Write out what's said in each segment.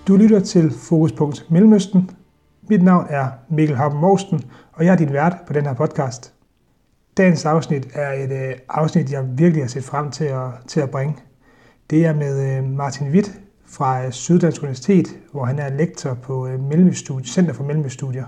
Du lytter til Fokuspunkt Mellemøsten. Mit navn er Mikkel Harpen Mousten, og jeg er din vært på den her podcast. Dagens afsnit er et afsnit, jeg virkelig har set frem til at bringe. Det er med Martin Hvidt fra Syddansk Universitet, hvor han er lektor på Center for Mellemøststudier.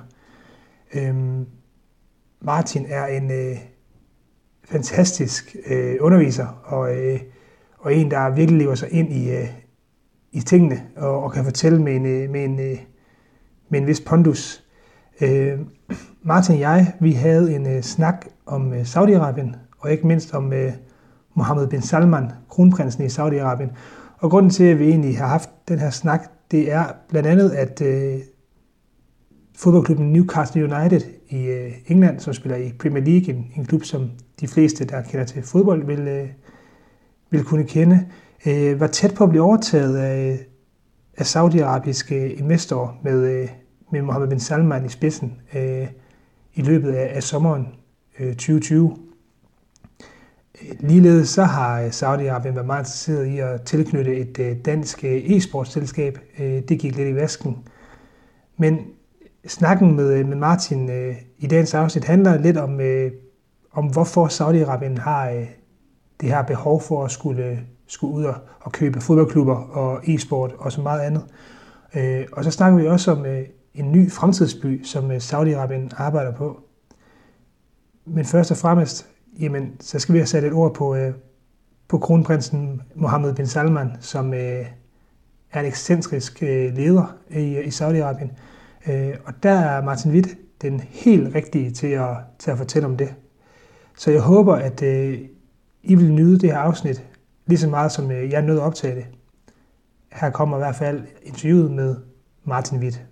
Martin er en fantastisk underviser og en, der virkelig lever sig ind i tingene og kan fortælle med en vis pondus. Martin og jeg, vi havde en snak om Saudi-Arabien, og ikke mindst om Mohammed bin Salman, kronprinsen i Saudi-Arabien. Og grunden til, at vi egentlig har haft den her snak, det er blandt andet, at fodboldklubben Newcastle United i England, som spiller i Premier League, en klub, som de fleste, der kender til fodbold, vil kunne kende, var tæt på at blive overtaget af saudiarabiske investorer med Mohammed bin Salman i spidsen i løbet af sommeren 2020. Ligeledes så har Saudi-Arabien været meget interesseret i at tilknytte et dansk e-sportsselskab. Det gik lidt i vasken. Men snakken med Martin i dagens afsnit handler lidt om hvorfor Saudi-Arabien har det her behov for at skulle ud og købe fodboldklubber og e-sport og så meget andet. Og så snakker vi også om en ny fremtidsby, som Saudi-Arabien arbejder på. Men først og fremmest, så skal vi have sat et ord på kronprinsen Mohammed bin Salman, som er en ekscentrisk leder i Saudi-Arabien. Og der er Martin Hvidt den helt rigtige til at fortælle om det. Så jeg håber, at I vil nyde det her afsnit lige så meget, som jeg nåede at optage det. Her kommer i hvert fald interviewet med Martin Hvidt.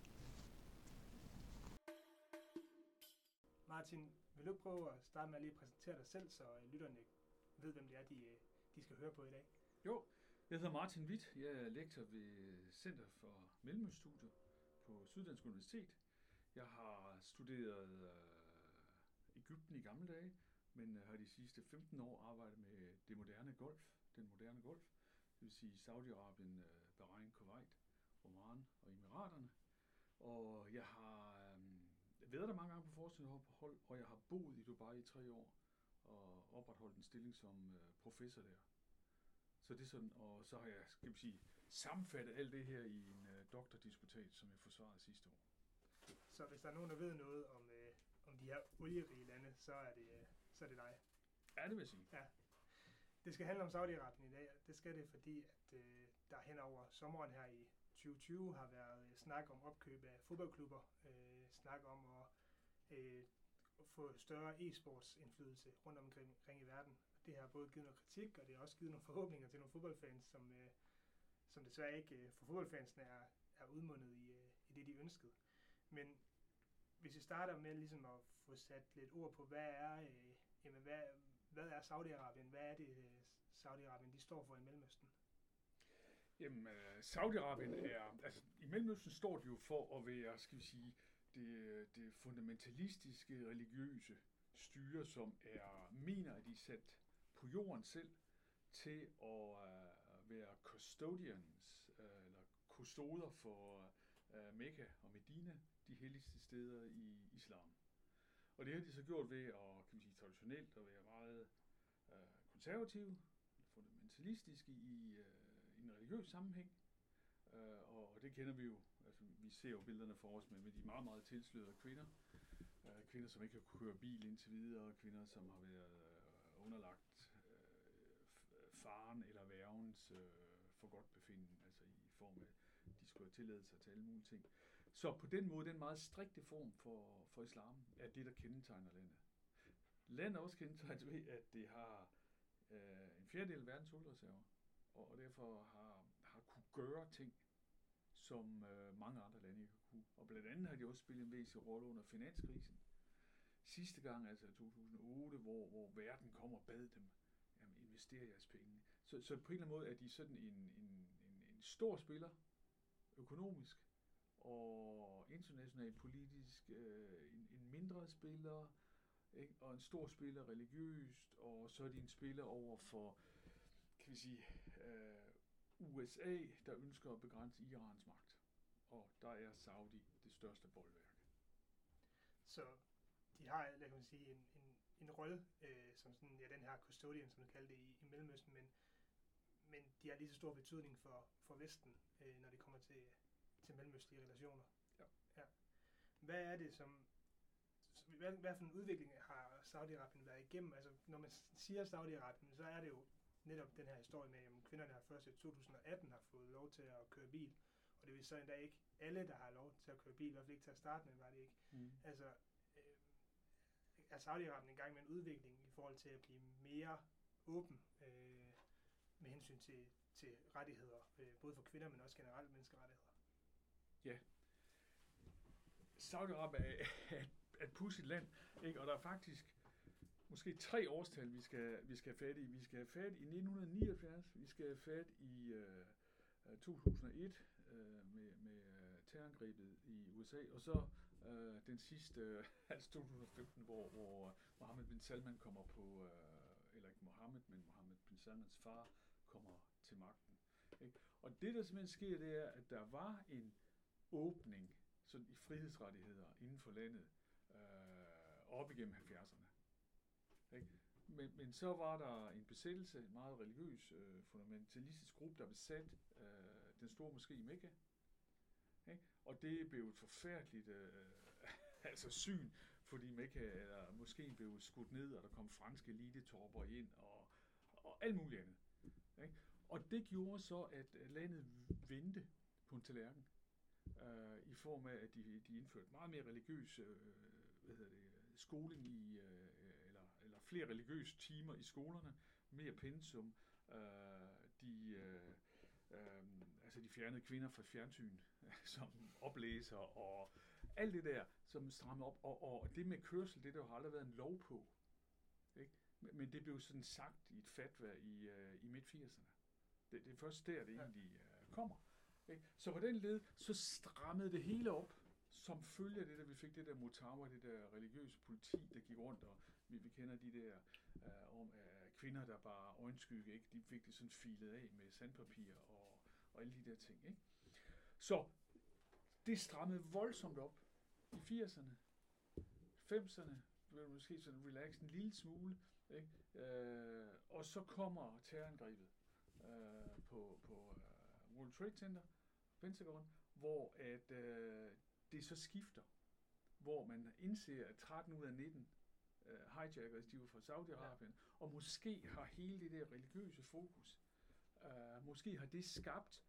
Martin, vil du prøve at starte med at lige præsentere dig selv, så lytterne ved, hvem det er, de skal høre på i dag? Jo, jeg hedder Martin Hvidt. Jeg er lektor ved Center for Mellemøststudier på Syddansk Universitet. Jeg har studeret Egypten i gamle dage, men har de sidste 15 år arbejdet med den moderne golf, det vil sige Saudi-Arabien, Bahrain, Kuwait, Oman og Emiraterne. Og jeg har været der mange gange på forskningsophold, og jeg har boet i Dubai i 3 år og opretholdt en stilling som professor der. Så det er sådan, og så har jeg, sammenfattet alt det her i en doktordisputat, som jeg forsvarede sidste år. Så hvis der er nogen, der ved noget om de her olierige lande, så er det dig. Ja, det vil jeg sige. Ja. Det skal handle om Saudi-Arabien i dag. Det skal det, fordi at der hen over sommeren her i 2020 har været snak om opkøb af fodboldklubber, snak om at få større e-sports indflydelse rundt omkring i verden. Det har både givet noget kritik, og det har også givet nogle forhåbninger til nogle fodboldfans, som desværre ikke for fodboldfansene er udmundet i det, de ønskede. Men hvis vi starter med ligesom at få sat lidt ord på, hvad er Saudi-Arabien? Hvad er det, Saudi-Arabien de står for i Mellemøsten? Jamen, Saudi-Arabien i Mellemøsten står det jo for at være, det fundamentalistiske, religiøse styre, som mener, at de er sat på jorden selv til at være custodians, eller kustoder for Mekka og Medina, de helligste steder i islam. Og det har de så gjort ved at, traditionelt at være meget konservative, fundamentalistiske i en religiøs sammenhæng. Og det kender vi jo. Altså, vi ser jo billederne for os med de meget, meget tilslørede kvinder. Kvinder, som ikke har kunne køre bil indtil videre, kvinder, som har været underlagt faren eller værgens forgodtbefinden, altså i form af, de skulle have tilladelse til alle mulige ting. Så på den måde, den meget strikte form for islam, er det, der kendetegner landet. Landet er også kendetegnet ved, at det har en fjerdedel af verdens oliereserver, og derfor har kunne gøre ting, som mange andre lande ikke kunne. Og blandt andet har de også spillet en væsentlig rolle under finanskrisen. Sidste gang, altså i 2008, hvor verden kom og bad dem, investere jeres penge. Så på en eller anden måde er de sådan en stor spiller, økonomisk og internationalt politisk, en mindre spiller, ikke? Og en stor spiller religiøst, og så er de en spiller over for, USA, der ønsker at begrænse Irans magt. Og der er Saudi det største bolværk. Så de har, lad man sige, en rolle som sådan, ja, den her custodian, som man kalder det i Mellemøsten, men de har lige så stor betydning for Vesten, når det kommer til mellemøstlige relationer. Ja. Ja. Hvad er det, hvad for en udvikling har Saudi-Arabien været igennem? Altså, når man siger Saudi-Arabien, så er det jo netop den her historie med, at kvinderne har først i 2018 har fået lov til at køre bil, og det vil så endda ikke alle, der har lov til at køre bil, i hvert fald ikke til at starte med, var det ikke. Altså, er Saudi-Arabien i gang med en udvikling i forhold til at blive mere åben med hensyn til rettigheder, både for kvinder, men også generelt menneskerettigheder? Ja. Saudi-Arabien er et pudsigt land, ikke? Og der er faktisk måske 3 årstal, vi skal have fat i. Vi skal have fat i 1979, vi skal have fat i 2001 med terrorangrebet i USA, og så den sidste, altså 2015, hvor Mohammed bin Salman kommer på, eller ikke Mohammed, men Mohammed bin Salmans far kommer til magten. Ikke? Og det, der simpelthen sker, det er, at der var en åbning sådan i frihedsrettigheder inden for landet op igennem 70'erne. Ikke? Men så var der en besættelse, en meget religiøs, fundamentalistisk gruppe, der besat den store moské i Mekka. Ikke? Og det blev et forfærdeligt altså syn, fordi Mekka eller moskéen blev skudt ned, og der kom franske elitetropper ind, og alt muligt andet. Ikke? Og det gjorde så, at landet vendte på en tallerken, i form af, at de indførte meget mere religiøs skoling i, eller flere religiøse timer i skolerne, mere pensum, altså de fjernede kvinder fra fjernsyn som oplæser, og alt det der, som strammede op, og det med kørsel, det der har aldrig været en lov på, ikke? Men det blev sådan sagt i et fatwa i midt-80'erne. Det er først der, det egentlig kommer. Ikke? Så på den led, så strammede det hele op, som følger det der, vi fik det der Mutawa, det der religiøse politi, der gik rundt, og vi kender de der om kvinder, der bare øjenskygge, ikke? De fik det sådan filet af med sandpapir og alle de der ting, ikke? Så det strammede voldsomt op i 80'erne, 90'erne, blev det måske sådan relaxed en lille smule, ikke? Og så kommer terrorangrebet på World Trade Center, Pentagon, hvor at det så skifter, hvor man indser, at 13 ud af 19 hijackers, de var fra Saudi-Arabien, og måske har hele det der religiøse fokus, måske har det skabt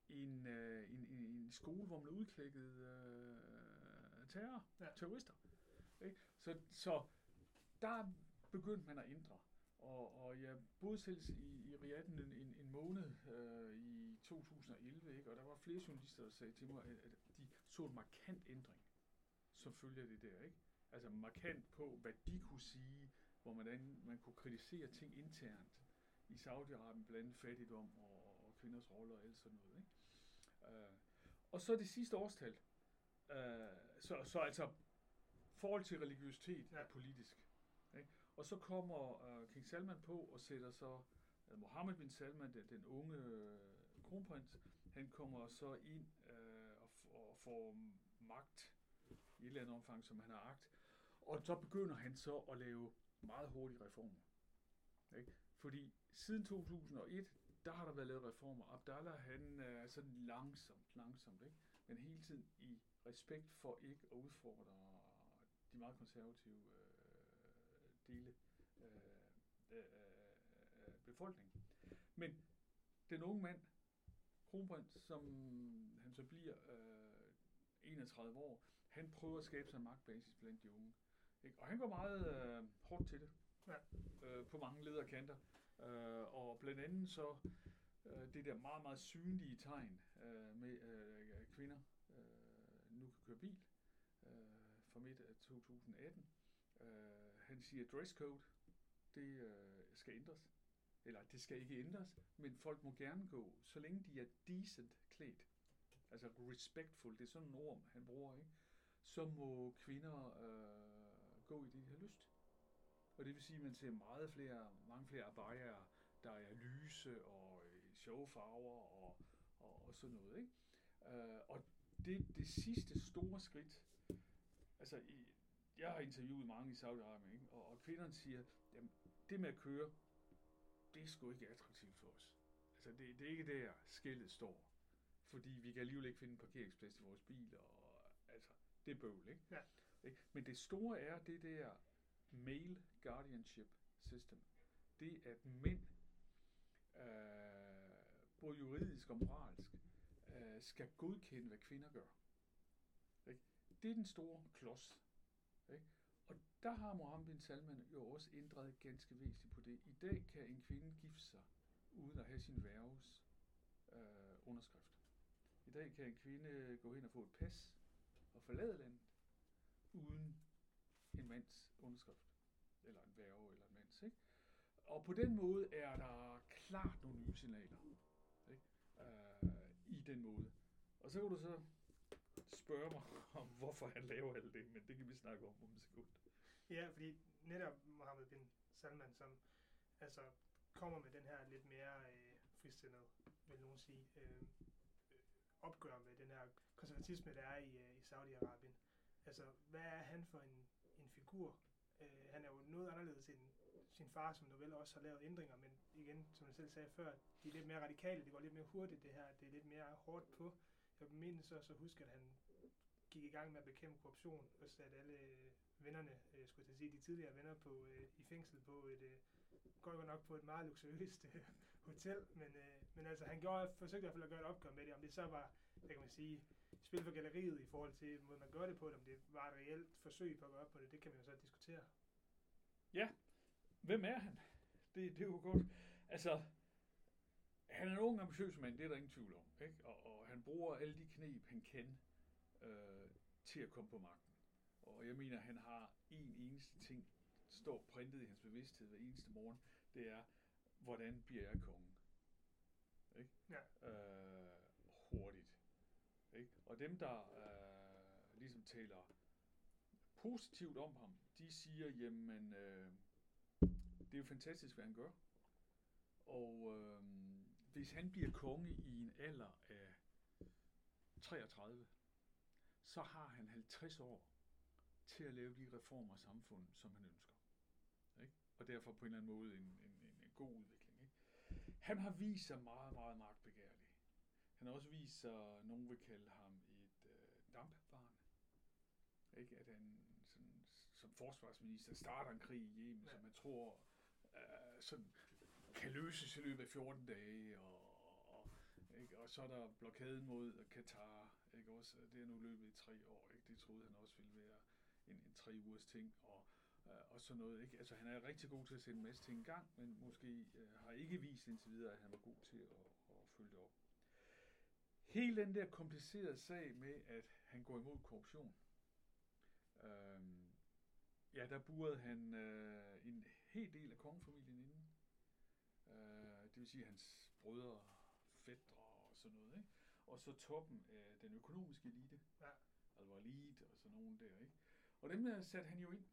en skole, hvor man udklækkede terrorister. Ikke? Så der begyndte man at ændre. Og jeg boede selv i Riyadh en måned i 2011, ikke? Og der var flere journalister, der sagde til mig, at de så en markant ændring, som følger det der, ikke? Altså markant på, hvad de kunne sige, hvor man kunne kritisere ting internt i Saudi-Arabien, blandt andet fattigdom og kvinders roller og alt sådan noget, ikke? Og så det sidste årstal, så altså forhold til religiøsitet er politisk, ikke? Og så kommer King Salman på og sætter så Mohammed bin Salman, den unge kronprins, han kommer så ind og får magt i et eller andet omfang, som han har agt. Og så begynder han så at lave meget hurtige reformer. Ikke? Fordi siden 2001, der har der været lavet reformer. Abdallah, han er sådan langsomt, ikke? Men hele tiden i respekt for ikke at udfordre de meget konservative dele af befolkningen. Men den unge mand, kronprins, som han så bliver 31 år, han prøver at skabe sig en magtbasis blandt de unge. Ikke? Og han går meget hårdt til det, på mange leder og kanter. Og blandt andet så det der meget, meget synlige tegn med kvinder nu kan køre bil fra midt af 2018. Han siger, dresscode, det skal ændres. Eller det skal ikke ændres, men folk må gerne gå, så længe de er decent klædt. Altså respectful, det er sådan en ord, han bruger, ikke? Så må kvinder gå i det, de har lyst. Og det vil sige, at man ser mange flere abayaer, der er lyse og sjove farver og sådan noget, ikke? Og det sidste store skridt, altså jeg har interviewet mange i Saudi-Arabien, ikke? Og kvinderne siger, jamen, det med at køre, det er sgu ikke attraktivt for os. Altså det er ikke der skillet står, fordi vi kan alligevel ikke finde en parkeringsplads til vores bil, og altså det er bøvl, ikke? Ja. Men det store er det der male guardianship system. Det at mænd, både juridisk og moralsk, skal godkende, hvad kvinder gør. Ikke? Det er den store klods. Ikke? Og der har Mohammed bin Salman jo også ændret ganske væsentligt på det. I dag kan en kvinde gifte sig uden at have sin værges underskrift. I dag kan en kvinde gå hen og få et pas og forlade landet uden en mands underskrift. Eller en værge eller en mands. Ikke? Og på den måde er der klart nogle nye signaler. Ikke? I den måde. Og så kan du så spørge mig om, hvorfor han laver alt det, men det kan vi snakke om en sekund. Ja, fordi netop Mohammed bin Salman, som altså kommer med den her lidt mere frisindet, vil nogen sige, opgør med den her konservatisme, der er i Saudi-Arabien. Altså, hvad er han for en figur? Han er jo noget anderledes end sin far, som novelle også har lavet ændringer, men igen, som jeg selv sagde før, de er lidt mere radikale, det går lidt mere hurtigt det her, det er lidt mere hårdt på. Jeg mener så huske, at han gik i gang med at bekæmpe korruption, og satte alle vennerne, skulle jeg sige, de tidligere venner på, i fængsel på godt nok på et meget luksuriøst hotel, men altså han forsøgte i hvert fald at gøre et opgør med det, om det så var, hvad kan man sige, spil for galleriet i forhold til, måde man gør det på det, om det var et reelt forsøg på at gøre op på det, det kan man jo så diskutere. Ja, hvem er han? Det er jo godt. Altså, han er en ung, ambitiøs mand, det er der ingen tvivl om, ikke? Og han bruger alle de kneb, han kan, til at komme på magten. Og jeg mener, han har en eneste ting, står printet i hans bevidsthed hver eneste morgen, det er, hvordan bliver jeg konge? Ikke? Ja. Hurtigt. Ikke? Og dem, der ligesom taler positivt om ham, de siger, jamen, det er jo fantastisk, hvad han gør. Og hvis han bliver konge i en alder af 33, så har han 50 år til at lave de reformer af samfundet, som han ønsker. Ikke? Og derfor på en eller anden måde en god udvikling. Ikke? Han har vist sig meget, meget magtbegærlig. Han har også vist sig, nogen vil kalde ham et dampbarn. Ikke? At han sådan, som forsvarsminister starter en krig i Yemen, som man tror sådan, kan løses i løbet af 14 dage, ikke? Og så er der blokaden mod Katar, ikke? Også, det er nu løbet i 3 år, ikke? Det troede han også ville være en 3 ugers ting, og sådan noget, ikke? Altså han er rigtig god til at sætte en masse ting i gang, men måske har ikke vist indtil videre, at han var god til at følge det op. Hele den der komplicerede sag med, at han går imod korruption, ja, der burede han en hel del af kongefamilien inden. Det vil sige hans brødre, fætre og sådan noget, ikke? Og så toppen af den økonomiske elite, ja. Al-Walid og sådan nogen der, ikke? Og dem der satte han jo ind,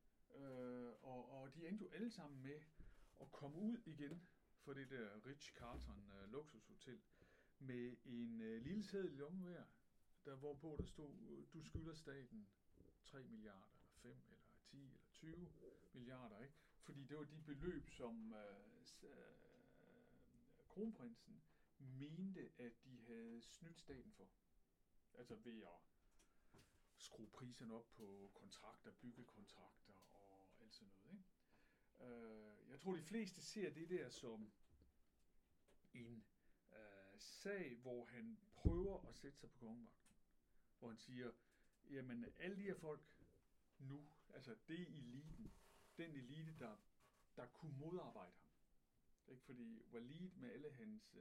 og de endte jo alle sammen med at komme ud igen for det der Ritz-Carlton luksushotel med en lille seddel i lommen hver, hvorpå der stod, du skylder staten 3 milliarder, eller 5, eller 10, eller 20 milliarder, ikke? Fordi det var de beløb, som kronprinsen mente, at de havde snydt staten for. Altså ved at skrue priserne op på kontrakter, byggekontrakter og alt sådan noget, ikke? Jeg tror, de fleste ser det der som en sag, hvor han prøver at sætte sig på kongemagten. Hvor han siger, jamen alle de her folk nu, altså det er eliten, den elite, der kunne modarbejde ham. Ikke? Fordi Walid med alle hans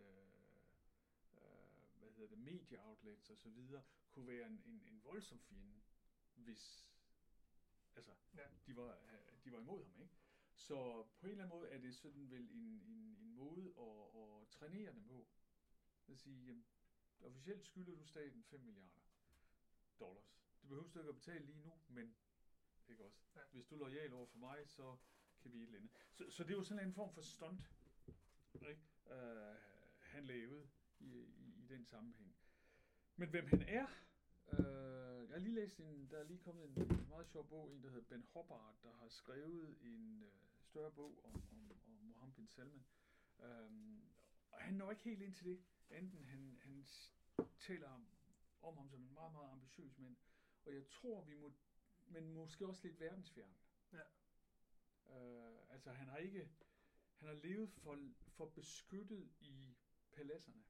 medieoutlets og så videre, kunne være en voldsom fjende, hvis altså, ja. de var imod ham, ikke? Så på en eller anden måde er det sådan vel en måde at trænere dem på. At sige, jamen, officielt skylder du staten 5 milliarder dollars. Det behøver du ikke at betale lige nu, men ikke også. Ja. Hvis du er loyal over for mig, så kan vi et eller andet. Så det er jo sådan en form for stunt. Ikke? han lavede i den sammenhæng. Men hvem han er, jeg har lige læst der er lige kommet en meget sjov bog, en der hedder Ben Hubbard, der har skrevet en større bog om Mohammed bin Salman. Og han når ikke helt ind til det, enten han taler om ham som en meget, meget ambitiøs mand, og jeg tror, men måske også lidt verdensfjern. Ja. Altså han har levet for beskyttet i paladserne.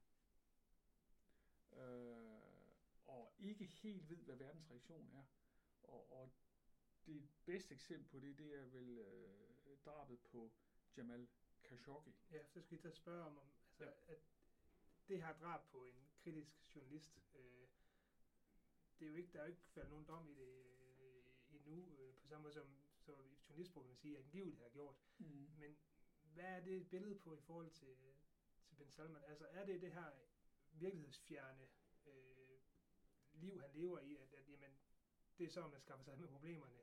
Og ikke helt ved, hvad verdens reaktion er. Og det bedste eksempel på det er vel drabet på Jamal Khashoggi. Ja, så skal jeg tage spørge om altså, at det her drab på en kritisk journalist, det er jo ikke, der er jo ikke faldet nogen dom i det endnu, på samme måde som journalistbrug vil sige, at angiveligt har gjort. Men hvad er det et billede på i forhold til Ben Salman? Altså er det her virkelighedsfjerne liv, han lever i, at jamen, det er så, man skaffer sig med problemerne,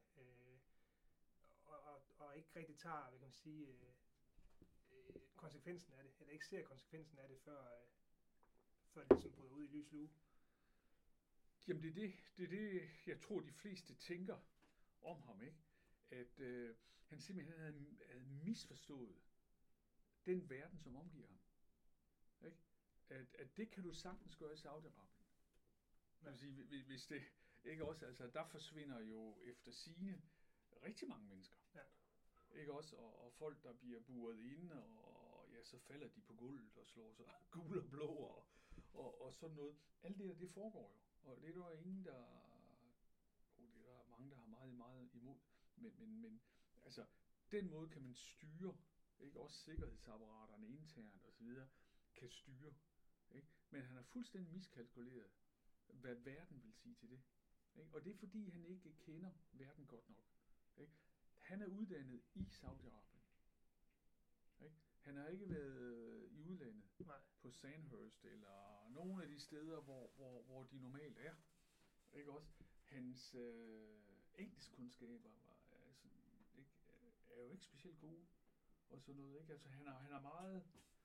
og ikke rigtig tager, hvad kan man sige, konsekvensen af det, eller ikke ser konsekvensen af det, før det ligesom bryder ud i lys lue. Jamen det er det, jeg tror, de fleste tænker om ham, ikke? At han simpelthen havde misforstået den verden, som omgiver ham. Ikke? At det kan du sagtens gøre i Saudi-Arabien. Jeg vil sige, hvis det ikke også, altså der forsvinder jo efter sigende rigtig mange mennesker. Ja. Ikke også, og folk, der bliver buret inde, og ja, så falder de på gulvet og slår sig gul og blå, og sådan noget. Alt det foregår jo, og det er der ingen, det er der mange, der har meget, meget imod. Men altså, den måde kan man styre, ikke også sikkerhedsapparaterne internt og så videre, kan styre. Ikke? Men han har fuldstændig miskalkuleret, hvad verden vil sige til det. Ikke? Og det er fordi, han ikke kender verden godt nok. Ikke? Han er uddannet i Saudi-Arabien. Ikke? Han har ikke været i udlandet. Nej. På Sandhurst eller nogle af de steder, hvor de normalt er. Ikke også? Hans engelskkundskaber er jo ikke specielt gode og sådan noget. Ikke? Altså, han er meget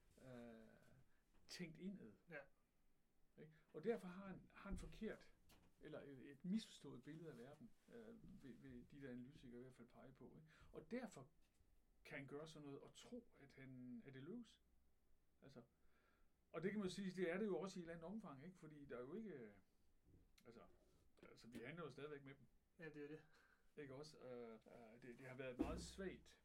tænkt indad. Ja. Ikke? Og derfor har han forkert, eller et misforstået billede af verden, vil de der analytikere i hvert fald pege på. Ikke? Og derfor kan han gøre sådan noget og tro, at det lykkes. Altså, og det kan man sige, det er det jo også i et eller andet omfang, ikke? Fordi der er jo ikke, altså vi handler jo stadigvæk med dem. Ja, det er det. Ikke også? Det har været meget svagt,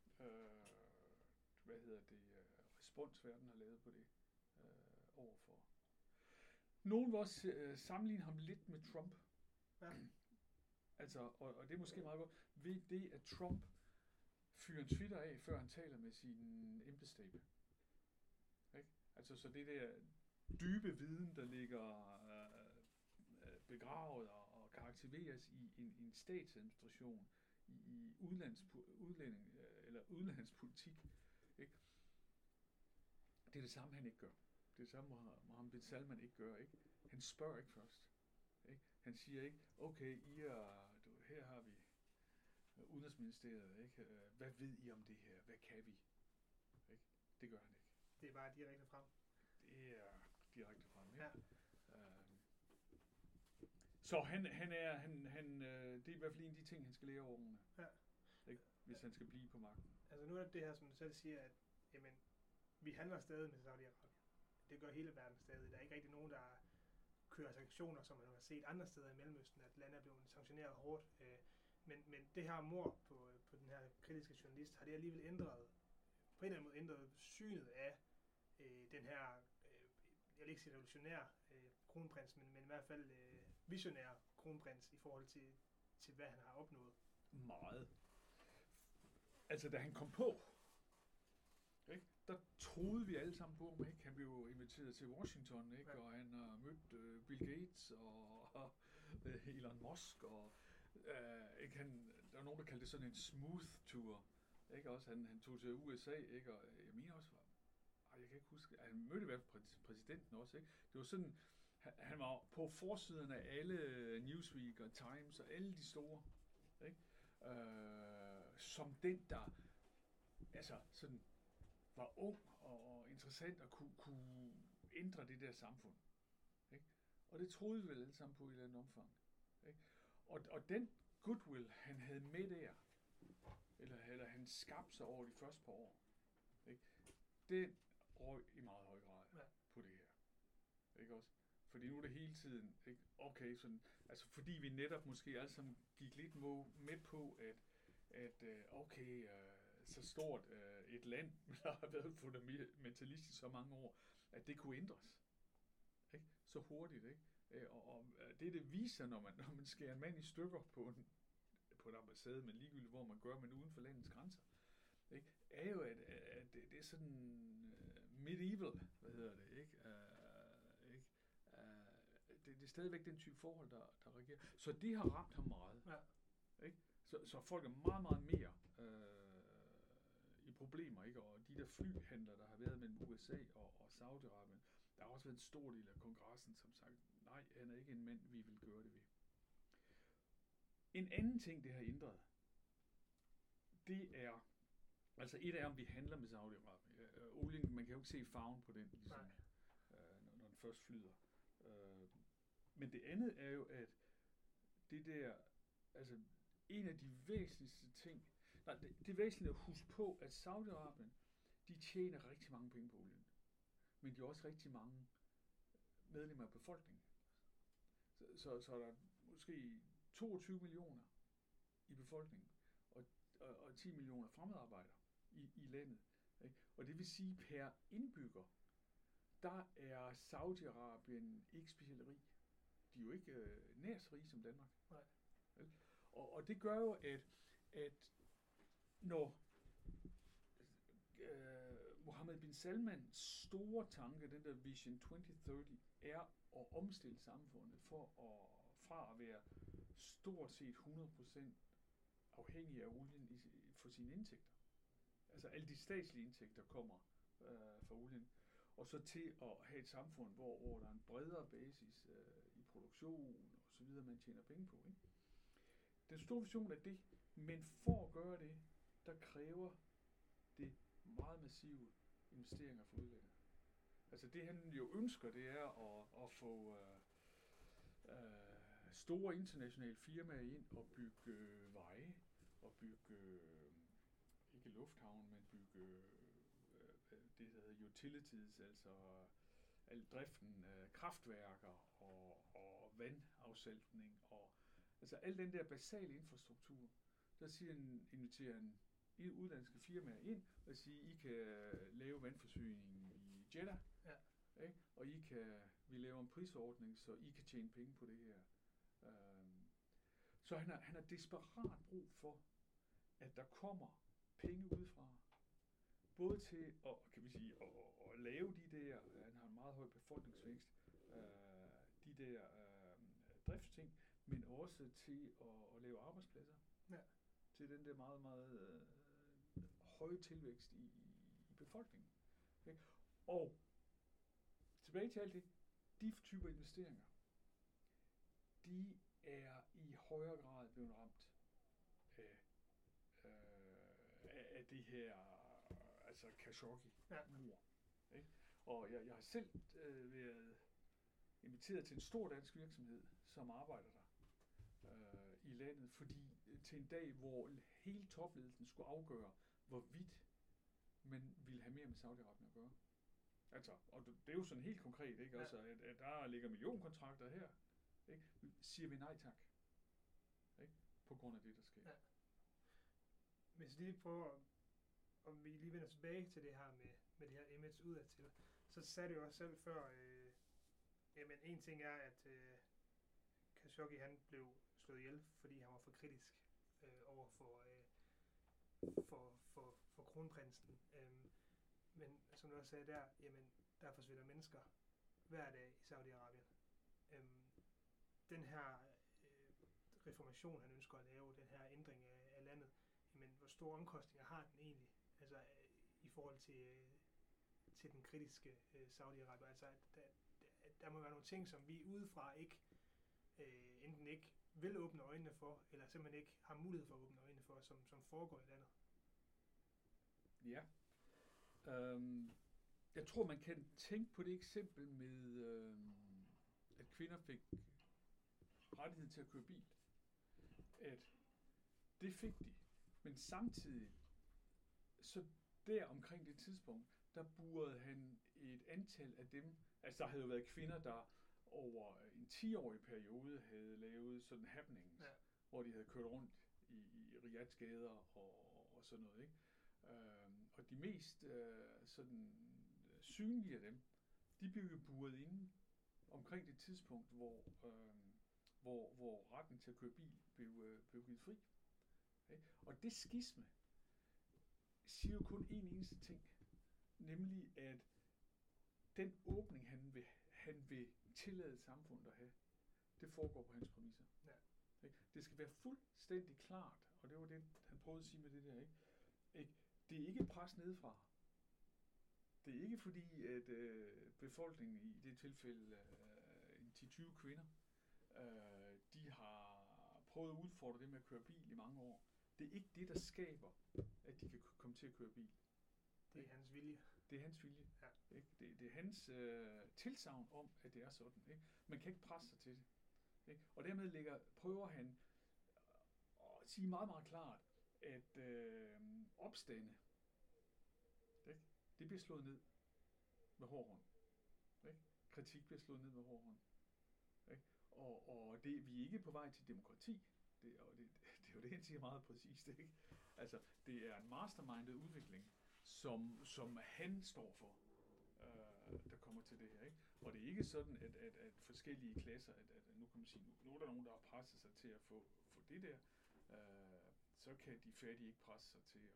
respons verden har lavet på det overfor. Nogen vil også sammenligne ham lidt med Trump. Ja. Altså, og det er måske meget godt, ved det, at Trump fyrer en Twitter af, før han taler med sin embedsstabe. Ikke? Altså, så det der dybe viden, der ligger begravet og kan aktiveres i en statsadministration, i udlandspolitik, ikke? Det er det samme, han ikke gør. Det er det samme, Mohammed bin Salman ikke gør. Ikke? Han spørger ikke først. Ikke? Han siger ikke, okay, her har vi Udenrigsministeriet, ikke? Hvad ved I om det her? Hvad kan vi? Ikke? Det gør han ikke. Det er bare direkte frem. Det er direkte frem, ja. Ja. Så han det er i hvert fald en af de ting, han skal lære over årene. Ja. Ikke? Hvis han skal blive på magten. Altså nu er det her, som du selv siger, at jamen, vi handler stadig med Saudi-Arabien. Det gør hele verden stadig. Der er ikke rigtig nogen, der kører sanktioner, som man har set andre steder i Mellemøsten, at lande er blevet sanktioneret hårdt. Men det her mord på den her kritiske journalist, har det alligevel ændret, på en eller anden måde ændret synet af den her, jeg vil ikke sige revolutionær kronprins, men i hvert fald visionær kronprins i forhold til hvad han har opnået. Meget. Altså da han kom på, ikke? Der troede vi alle sammen på ham, ikke? Han blev inviteret til Washington, ikke? Ja. Og han har mødt Bill Gates og Elon Musk og ikke? Der var nogen, der kaldte det sådan en smooth tour, ikke? Også han tog til USA, ikke? Og jeg mener også, jeg kan ikke huske, han mødte i hvert fald præsidenten også, ikke? Det var sådan, han var på forsiden af alle Newsweek og Times og alle de store, ikke? Som den, der altså sådan var ung og interessant at kunne ændre det der samfund. Ikke? Og det troede vi vel alle sammen på i et eller andet omfang. Ikke? Og den goodwill, han havde med der, eller han skabte sig over de første par år, ikke? Den røg i meget høj grad på det her. Ikke også? Fordi nu er det hele tiden, ikke? Okay, sådan, altså fordi vi netop måske alle sammen gik lidt med på, at så stort et land, der har været fundamentalistisk så mange år, at det kunne ændres. Ikke? Så hurtigt, ikke? Og det viser, når man skærer en mand i stykker på en ambassade, men ligegyldigt hvor man gør, men uden for landets grænser, ikke? Er jo, at det er sådan medieval, hvad hedder det, ikke? Ikke? Det er stadigvæk den type forhold, der reagerer. Så det har ramt ham meget. Ja. Ikke? Så folk er meget, meget mere i problemer, ikke? Og de der flyhandler, der har været mellem USA og Saudi-Arabien, der har også været en stor del af kongressen, som sagt, nej, han er ikke en mand, vi vil gøre det ved. En anden ting, det har ændret, det er, altså et af om vi handler med Saudi-Arabien. Olien, man kan jo ikke se farven på den, ligesom, når den først flyder. Men det andet er jo, at det der, altså en af de væsentligste ting, det er væsentligt at huske på, at Saudi-Arabien, de tjener rigtig mange penge på olien. Men de har også rigtig mange medlemmer af befolkningen. Så er der måske 22 millioner i befolkningen, og 10 millioner fremmedarbejdere i landet. Ikke? Og det vil sige, per indbygger, der er Saudi-Arabien ikke specielt rig. De er jo ikke nær så rige som Danmark. Nej. Og det gør jo, at når Mohammed bin Salmans store tanke, den der Vision 2030, er at omstille samfundet fra at være stort set 100% afhængig af olien for sine indtægter. Altså alle de statslige indtægter kommer fra olien. Og så til at have et samfund, hvor der er en bredere basis i produktion og så videre, man tjener penge på. Ikke? Den store vision er det, men for at gøre det, der kræver det meget massive investeringer fra udlandet. Altså det han jo ønsker, det er at få store internationale firmaer ind og bygge veje, og bygge ikke lufthavn, men bygge det der hedder utilities, altså al driften af kraftværker og vandafsaltning og altså al den der basale infrastruktur. Der inviterer han udenlandske firmaer ind og siger, I kan lave vandforsyningen i Jeddah, ikke? Og vi laver en prisordning, så I kan tjene penge på det her. Så han har desperat brug for, at der kommer penge udefra, både til at lave de der, han har en meget høj befolkningsvækst, de der driftsting, men også til at lave arbejdspladser. Ja. Til den der meget, meget høje tilvækst i befolkningen. Okay? Og tilbage til alt det, de typer investeringer, de er i højere grad blevet ramt af det her, altså Khashoggi-mord. Ja. Og jeg har selv været inviteret til en stor dansk virksomhed, som arbejder der i landet, fordi til en dag, hvor hele topledelsen skulle afgøre, hvorvidt man ville have mere med Saudi-Arabien at gøre. Altså, og det er jo sådan helt konkret, ikke? Ja. Altså, at der ligger millionkontrakter her, ikke? Siger vi nej tak, ikke? På grund af det, der sker. Ja. Hvis lige prøver, om vi lige vender tilbage til det her med det her image udadtil, så sagde det jo også selv før, jamen en ting er, at Khashoggi han blev slået ihjel, fordi han var for kritisk over for kronprinsen. Men som du også sagde der, jamen der forsvinder mennesker hver dag i Saudi-Arabien. Den her reformation, han ønsker at lave, den her ændring af landet, jamen hvor store omkostninger har den egentlig? Altså i forhold til den kritiske Saudi-Arabien. Altså der må være nogle ting, som vi udefra ikke enten ikke vil åbne øjnene for, eller simpelthen ikke har mulighed for at åbne øjnene for, som foregår i landet. Ja. Jeg tror, man kan tænke på det eksempel med, at kvinder fik rettighed til at køre bil. At det fik de. Men samtidig, så der omkring det tidspunkt, der burede han et antal af dem. Altså, der havde jo været kvinder, der over en 10-årig periode havde lavet sådan happenings, hvor de havde kørt rundt i Riyads gader og sådan noget, ikke? Og de mest sådan synlige af dem, de blev jo buret inde omkring det tidspunkt, hvor retten til at køre bil blev givet fri. Okay? Og det skisme siger jo kun en eneste ting, nemlig at den åbning, han vil tillade samfundet at have, det foregår på hans præmisser. Ja. Ikke? Det skal være fuldstændig klart, og det var det, han prøvede at sige med det der, ikke? Ikke? Det er ikke pres nedefra. Det er ikke fordi, at befolkningen i det tilfælde, 10-20 kvinder, de har prøvet at udfordre det med at køre bil i mange år. Det er ikke det, der skaber, at de kan komme til at køre bil. Det er hans vilje. Det er hans vilje. Ja. Ikke? Det er hans tilsagn om, at det er sådan. Ikke? Man kan ikke presse sig til det. Ikke? Og dermed prøver han at sige meget, meget klart, at opstande, ikke? Det bliver slået ned med hård hånd. Ikke? Kritik bliver slået ned med hård hånd. Ikke? Og det, vi er ikke på vej til demokrati. Det er jo det, han siger meget præcist. Ikke? Altså, det er en mastermindet udvikling, som han står for, der kommer til det her. Ikke? Og det er ikke sådan, at forskellige klasser, at nu kan man sige, nu er der nogen, der har presset sig til at få det der, så kan de fattige ikke presse sig til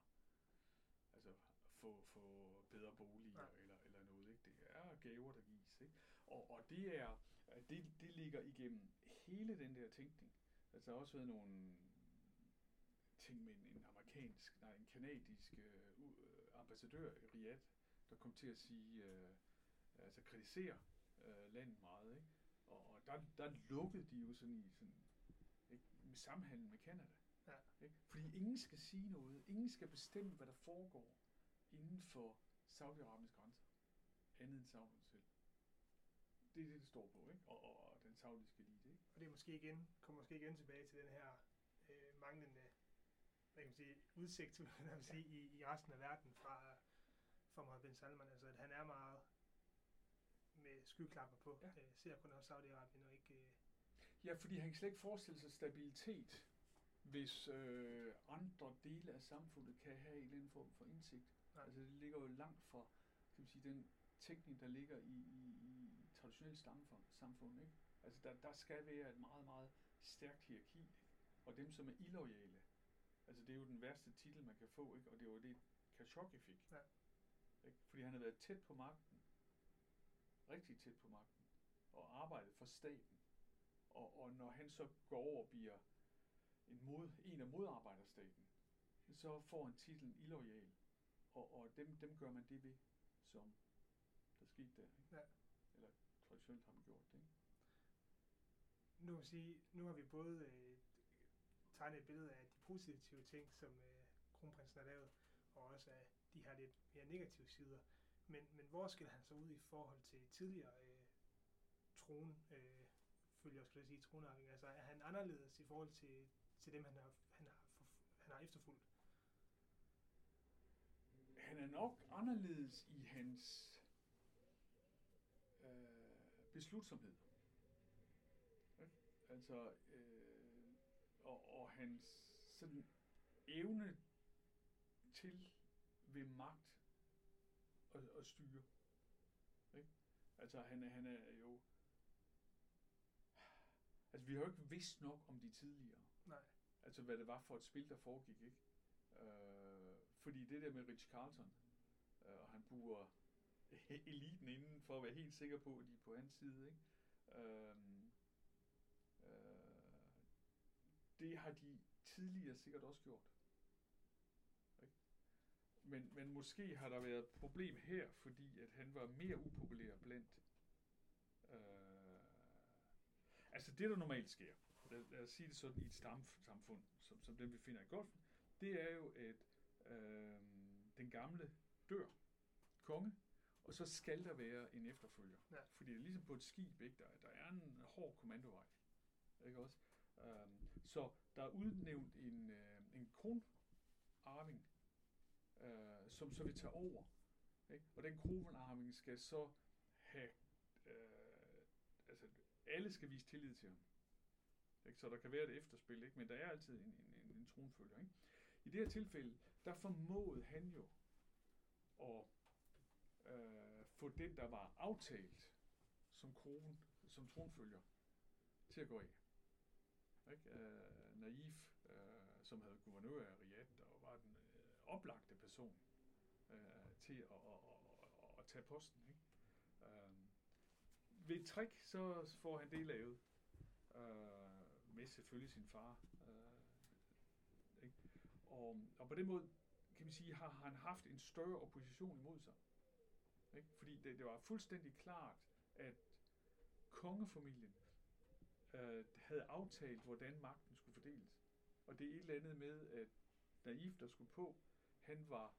at få bedre boliger eller noget. Ikke? Det er gaver, der gives. Ikke? Og det ligger igennem hele den der tænkning. Altså, der har også været nogle ting med en kanadisk ambassadør i Riyadh, der kom til at sige, kritisere landet meget, ikke? Og der lukkede de jo sådan ikke, med samhandel med Canada. Ja. Ikke? Fordi ingen skal sige noget, ingen skal bestemme, hvad der foregår inden for Saudi-Arabiens grænser, andet end Saudi selv. Det er det står på, ikke? Og den saudiske elite, ikke? Og det er kommer måske igen tilbage til den her manglende, hvad kan man sige, udsigt i resten af verden fra Mohammed bin Salman. Altså, at han er meget med skyklapper på. Ja. Ser kun af Saudi-Arabien og ikke... Ja, fordi han kan slet ikke forestille sig stabilitet, hvis andre dele af samfundet kan have en eller anden form for indsigt. Nej. Altså, det ligger jo langt fra, kan man sige, den teknik, der ligger i traditionelt samfund, ikke? Altså, der skal være et meget, meget stærkt hierarki, ikke? Og dem, som er illoyale, altså, det er jo den værste titel, man kan få, ikke? Og det var det, Khashoggi fik. Ja. Ikke? Fordi han har været tæt på magten, rigtig tæt på magten, og arbejdet for staten. Og når han så går over og bliver en af modarbejderstaten, så får han titlen illoyal. Og dem gør man det ved, som der skete der, ikke? Ja. Eller traditionelt har man gjort det, ikke? Nu kan sige, nu har vi både tegnet et billede af de positive ting, som kronprinsen har lavet, og også af de her lidt mere negative sider. Men hvor skal han så ud i forhold til tidligere følger skal jeg sige, tronarving? Altså, er han anderledes i forhold til dem, han har efterfulgt? Han er nok anderledes i hans beslutsomhed. Altså, og hans sådan evne til ved magt at styre. Ikke? Altså, han er jo... Altså, vi har jo ikke vidst nok om de tidligere. Nej. Altså, hvad det var for et spil, der foregik, ikke? Fordi det der med Rich Carlton, og han burer eliten inden for at være helt sikker på, at de er på hans side, ikke? Det har de tidligere sikkert også gjort. Ikke? Men måske har der været et problem her, fordi at han var mere upopulær blandt... Altså det, der normalt sker, lad os sige det sådan i et stamsamfund, som dem vi finder i Golfen, det er jo, at den gamle dør, konge, Og så skal der være en efterfølger. Ja. Fordi det er ligesom på et skib, ikke? Der er en hård kommandovej. Ikke også? Så der er udnævnt en kronarving, som så vil tage over. Ikke? Og den kronarving skal så have... altså, alle skal vise tillid til ham. Ikke? Så der kan være et efterspil, ikke? Men der er altid en tronfølger. Ikke? I det her tilfælde, der formåede han jo at få den, der var aftalt som tronfølger, til at gå af. Ikke? Naif, som havde guvernør af Riyadh, og var den oplagte person til at tage posten. Ikke? Ved et trick, så får han det lavet. Med selvfølgelig sin far. Ikke? Og på den måde, kan man sige, har han haft en større opposition imod sig. Ikke? Fordi det var fuldstændig klart, at kongefamilien havde aftalt, hvordan magten skulle fordeles. Og det er et eller andet med, at Naif, der skulle på, han var...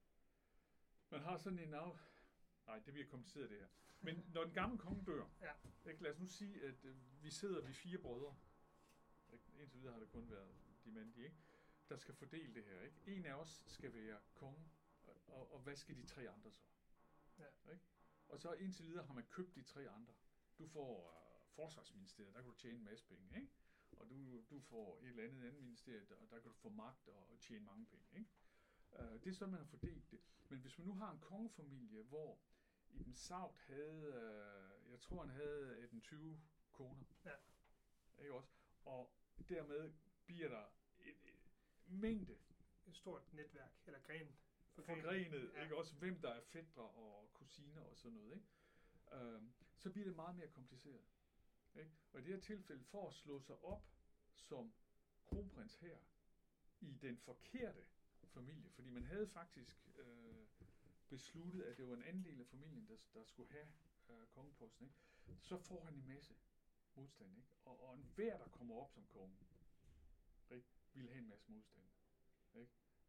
Man har sådan en Nej, det bliver kompliceret det her. Men når den gamle konge dør, ikke, lad os nu sige, at vi 4 brødre. Ikke? Indtil videre har det kun været de mandige, ikke? Der skal fordele det her. Ikke? En af os skal være konge, og hvad skal de 3 andre så? Ja. Ikke? Og så indtil videre har man købt de 3 andre. Du får forsvarsministeriet, der kan du tjene en masse penge, ikke? Og du får et eller andet ministeriet, og der kan du få magt og tjene mange penge, ikke? Det er sådan, man har fordelt det. Men hvis man nu har en kongefamilie, hvor Ibn Saud havde, jeg tror han havde 18-20 koner, ikke også? Og dermed bliver der et mængde. Et stort netværk, eller gren. Forgrenet, ikke også? Hvem der er fætre og kusiner og sådan noget, ikke? Så bliver det meget mere kompliceret. Ikke? Og i det her tilfælde, for at slå sig op som kronprins her, i den forkerte familie, fordi man havde faktisk besluttet, at det var en anden del af familien, der skulle have kongeposten, ikke? Så får han en masse modstand, ikke? Og enhver, der kommer op som konge, ikke, vil have en masse modstand, ikke?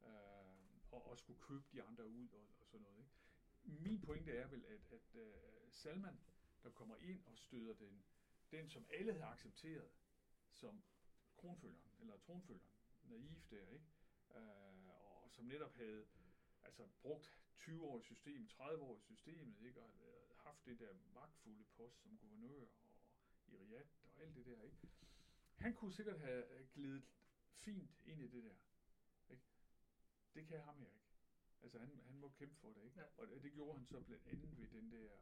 Og skulle købe de andre ud og sådan noget, ikke? Min pointe er vel, at Salman, der kommer ind og støder den som alle havde accepteret som kronfølgeren, eller tronfølgeren, Naif der, ikke? Og som netop havde brugt 20 år i systemet, 30 år i systemet, ikke? Og haft det der magtfulde post som guvernør og i Riyadh og alt det der, ikke? Han kunne sikkert have glidet fint ind i det der, ikke? Det kan ham her ikke. Altså han må kæmpe for det, ikke? Ja. Og det gjorde han så blandt andet ved den der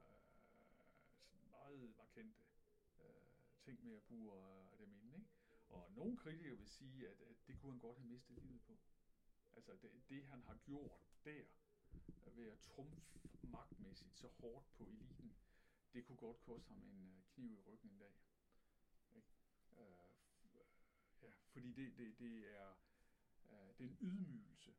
meget markante ting med at bruge dem inde, ikke? Og nogle kritikere vil sige, at det kunne han godt have mistet livet på. Altså det han har gjort der, ved at trumfe magtmæssigt så hårdt på eliten, det kunne godt koste ham en kniv i ryggen en dag. Ikke? Fordi det er en ydmygelse,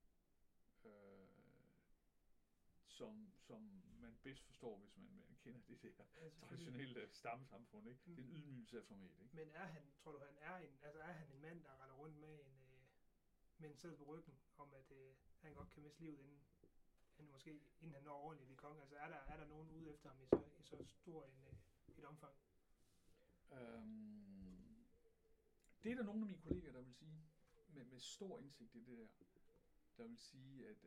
som man bedst forstår, hvis man kender det der traditionelle stammesamfund, ikke? Det er en ydmygelse af format, ikke? Men tror du, er han en mand, der render rundt med en sæd på ryggen, om at han godt kan miste livet, inden han når ordentligt i konge? Altså er der nogen ude efter ham i så stor et omfang? Det er der nogle af mine kolleger, der vil sige, med stor indsigt i det der vil sige, at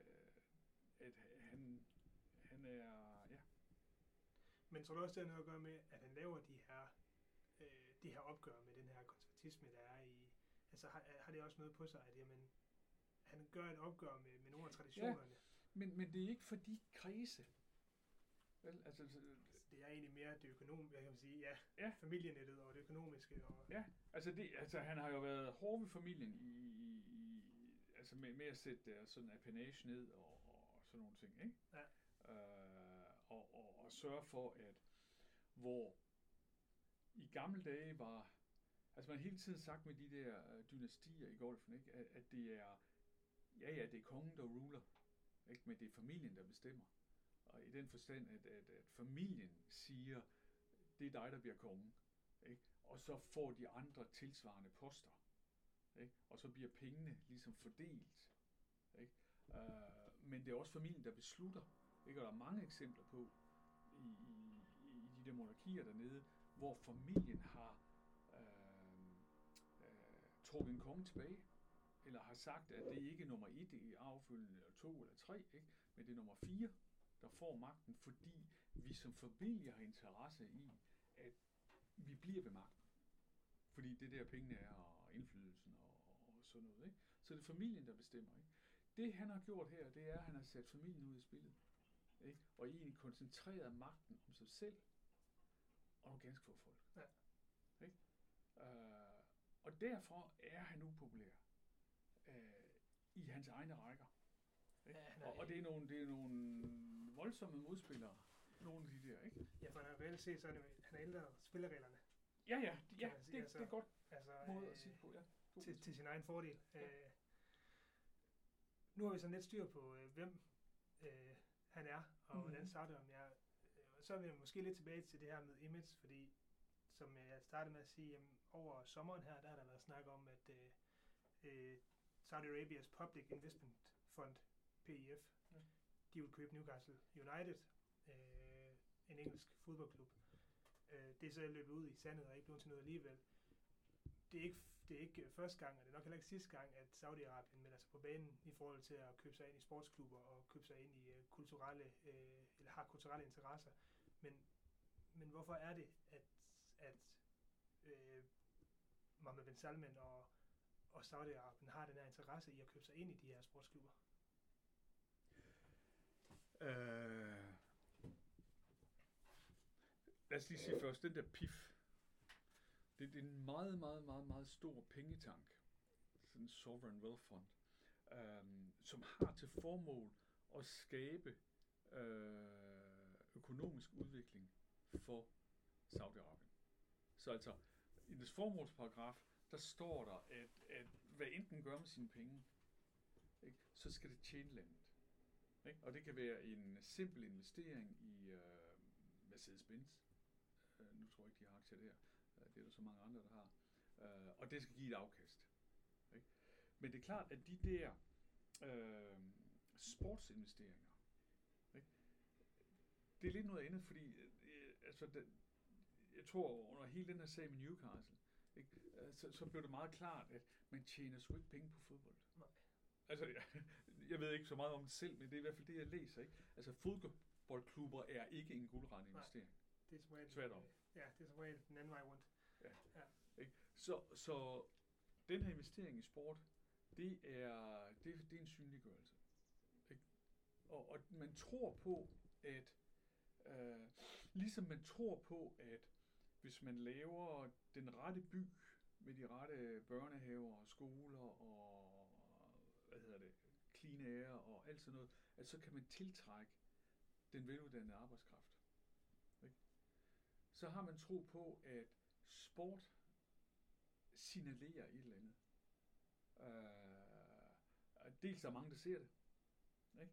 han er, ja. Men tror du også, det har noget at gøre med, at han laver de her opgør med den her konservatisme, der er i... Altså har det også noget på sig, at jamen, han gør et opgør med nogle af traditionerne? Ja, men det er ikke for de kredse. Vel, altså, det er egentlig mere det økonomiske, jeg kan sige, familienettet og det økonomiske. Og ja, altså han har jo været hård ved familien altså med at sætte der sådan apanage ned og sådan nogle ting, ikke? Ja. Og sørge for, at hvor i gamle dage var, altså man har hele tiden sagt med de der dynastier i golfen, ikke? At det er, det er kongen, der ruler, ikke? Men det er familien, der bestemmer. Og i den forstand, at familien siger, det er dig, der bliver konge, ikke? Og så får de andre tilsvarende poster, ikke? Og så bliver pengene ligesom fordelt, ikke? Men det er også familien, der beslutter, Ikke? Og der er mange eksempler på i de der monarkier dernede, hvor familien har trukket en konge tilbage, eller har sagt, at det ikke er nummer 1 i arvefølgen, eller 2 eller 3, ikke? Men det er nummer 4, der får magten, fordi vi som familie har interesse i, at vi bliver ved magten. Fordi det der pengene er, og indflydelsen og sådan noget. Ikke? Så det er familien, der bestemmer. Ikke? Det han har gjort her, det er, at han har sat familien ud i spillet. Ikke? Og egentlig koncentreret magten om sig selv, og nogle ganske få folk. Ja. Ikke? Og derfor er han upopulær i hans egne rækker. Ikke? Ja, og det er nogle voldsomme modspillere, nogle af de der, ikke? Ja, for reelt set, så er det, han har ændret spillereglerne. Ja, det er godt måde at sige på, ja. Til sin egen fordel. Ja. Nu har vi sådan lidt styr på, hvem han er, og hvordan Saudi-Arabien er. Så er vi måske lidt tilbage til det her med image, fordi som jeg startede med at sige, jamen, over sommeren her, der har der været snak om, at Saudi Arabias Public Investment Fund, PIF, de vil købe Newcastle United, en engelsk fodboldklub. Det er så løbet ud i sandet og ikke blevet til noget alligevel. Det er ikke første gang, og det er nok heller ikke sidste gang, at Saudi-Arabien melder sig på banen i forhold til at købe sig ind i sportsklubber og købe sig ind i kulturelle, eller har kulturelle interesser. Men hvorfor er det, at Mohammed bin Salman og Saudi-Arabien har den her interesse i at købe sig ind i de her sportsklubber? Lad os lige sige først, den der PIF, det er en meget, meget, meget, meget stor pengetank, sådan en sovereign wealth fund, som har til formål at skabe økonomisk udvikling for Saudi-Arabien. Så altså, i dets formålsparagraf, der står der, at hvad enten gør med sine penge, ikke, så skal det tjene landet. Ikke? Og det kan være en simpel investering i Mercedes-Benz. Nu tror jeg ikke, de har aktier der. Det er der så mange andre, der har. Og det skal give et afkast. Ikke? Men det er klart, at de der sportsinvesteringer, ikke? Det er lidt noget andet, fordi jeg tror, under hele den her sag med Newcastle, ikke? Så blev det meget klart, at man tjener sgu ikke penge på fodbold. Nej. Altså, jeg ved ikke så meget om det selv, men det er i hvert fald det, jeg læser. Ikke? Altså, fodboldklubber er ikke en guldret investering. Det er som regel, tværtom. Ja, det er som regel den anden vej rundt. Ja. Ikke? Så den her investering i sport, det er en synliggørelse. Ikke? Og man tror på, at ligesom man tror på, at hvis man laver den rette by med de rette børnehaver og skoler og clean air og alt sådan noget, at så kan man tiltrække den veluddannede arbejdskraft. Ikke? Så har man tro på, at sport signalerer et eller andet. Dels er mange, der ser det. Ikke?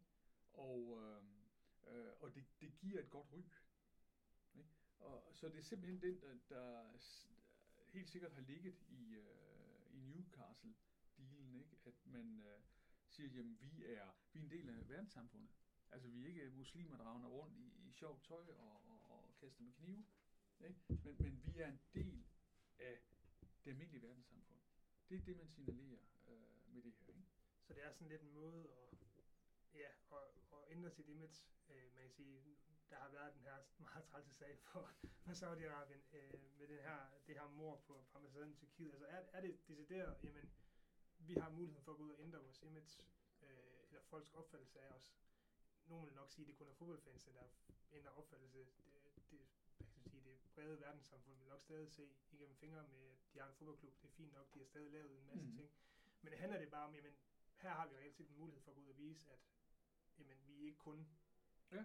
Og det giver et godt ry. Ikke? Og så det er simpelthen den, der helt sikkert har ligget i Newcastle-dealen, ikke? At man siger, jamen vi er en del af verdenssamfundet. Altså vi er ikke muslimer, der render rundt i sjovt tøj og kaster med knive. Ikke? Men vi er en del af det almindelige verdenssamfund. Det er det, man signalerer med det her. Ikke? Så det er sådan lidt en måde at ændre sit image. Man kan sige, der har været den her meget trælse sag for Saudi-Arabien med det her mord på ambassaden i Tyrkiet. Altså er det decideret, jamen vi har muligheden for at gå ud og ændre vores image, eller folks opfattelse af os. Nogle vil nok sige, at det kun er fodboldfans, der ændrer opfattelse. Det brede verdenssamfund vil nok stadig se igennem fingre med, at de har en fodboldklub. Det er fint nok, de har stadig lavet en masse ting. Men det handler det bare om, jamen her har vi reelt set en mulighed for at gå ud og vise, at jamen, vi er ikke kun... Ja.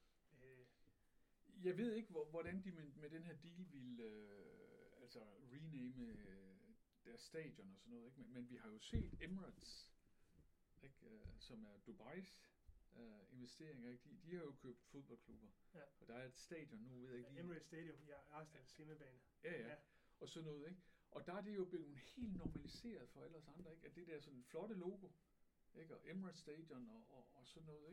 Jeg ved ikke, hvordan de med den her deal vil rename deres stadion og sådan noget, ikke? Men vi har jo set Emirates, ikke? Som er Dubais investeringer, ikke? De har jo købt fodboldklubber, ja. Og der er et stadion nu, ved jeg ikke lige. Emirates Stadium, ja, Arsenal's hjemmebane. Ja, og sådan noget, ikke? Og der er det jo blevet helt normaliseret for alle os andre, ikke? At det der sådan flotte logo, ikke? Og Emirates Stadion og sådan noget, ikke?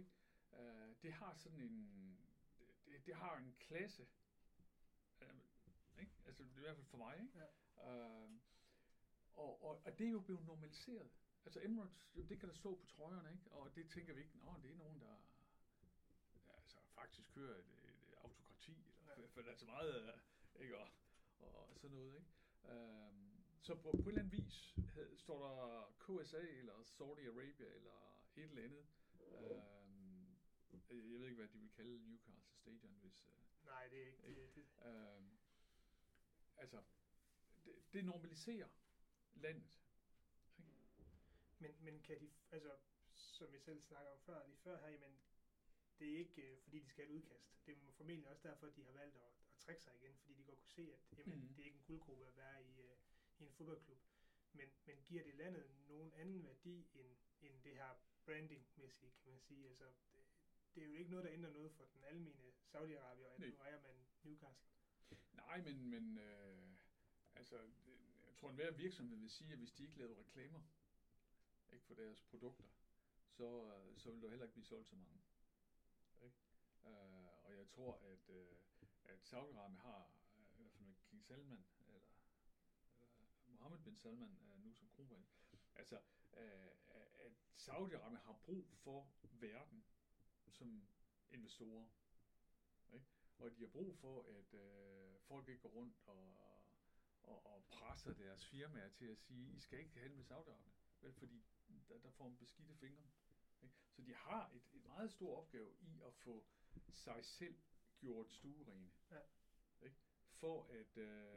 det har sådan en, det har en klasse, ikke? Altså i hvert fald for mig, ikke? Ja. Og det er jo blevet normaliseret. Altså Emirates, det kan der stå på trøjerne, ikke? Og det tænker vi ikke, det er nogen, der altså faktisk kører et autokrati, eller i hvert fald altså meget, ikke? Og sådan noget, ikke? Så på en eller anden vis står der KSA eller Saudi Arabia eller et eller andet. Jeg ved ikke, hvad de vil kalde Newcastle Stadion, hvis... Nej, det er ikke det. Altså, det normaliserer landet. Ikke? Men kan de, altså, som vi selv snakker om lige før her, jamen, det er ikke fordi, de skal have et udkast. Det er formentlig også derfor, at de har valgt at trække sig igen, fordi de godt kunne se, at jamen, det er ikke en guldgruppe at være i en fodboldklub. Men giver det landet nogen anden værdi end det her branding-mæssige, kan man sige. Altså, det er jo ikke noget, der ændrer noget for den almene Saudi-Arabier, at nu ejer man Newcastle. Nej, men altså, jeg tror, enhver virksomhed vil sige, at hvis de ikke lavede reklamer, ikke, for deres produkter, så vil der heller ikke blive solgt så mange. Ikke? Og jeg tror, at Saudi-Arabien har, i hvert fald med King Salman, eller Mohammed bin Salman nu som kronprins, altså, at Saudi-Arabien har brug for verden som investorer. Ikke? Og de har brug for, at folk ikke går rundt og presser deres firmaer til at sige, I skal ikke handle med Saudi-Arabien, vel, fordi der får man beskidte fingre. Ikke? Så de har et meget stor opgave i at få sig selv gjort stuerene. Ja. Ikke? For at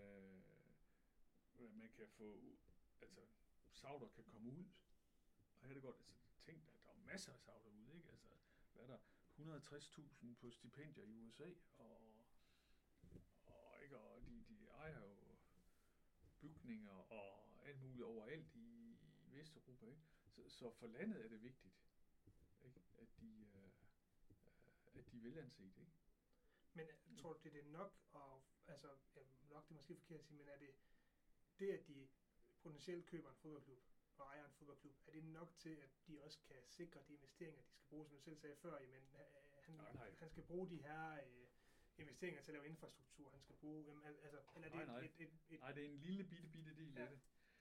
man kan få, altså sauder kan komme ud. Og her er det godt, altså tænk, at der er masser af sauder ude, ikke? Altså, hvad er der? 160.000 på stipendier i USA, og de ejer jo bygninger og alt muligt overalt i Vesteuropa, ikke? Så for landet er det vigtigt, ikke? At de er velanset, ikke? Men tror du, det er nok, altså, nok det er måske forkert at sige, men er det, at de potentielt køber en fodboldklub og ejer en fodboldklub, er det nok til, at de også kan sikre de investeringer, de skal bruge, som du selv sagde før, jamen, han skal bruge de her investeringer til at lave infrastruktur, han skal bruge, altså, eller det nej, det er en lille bitte del af det.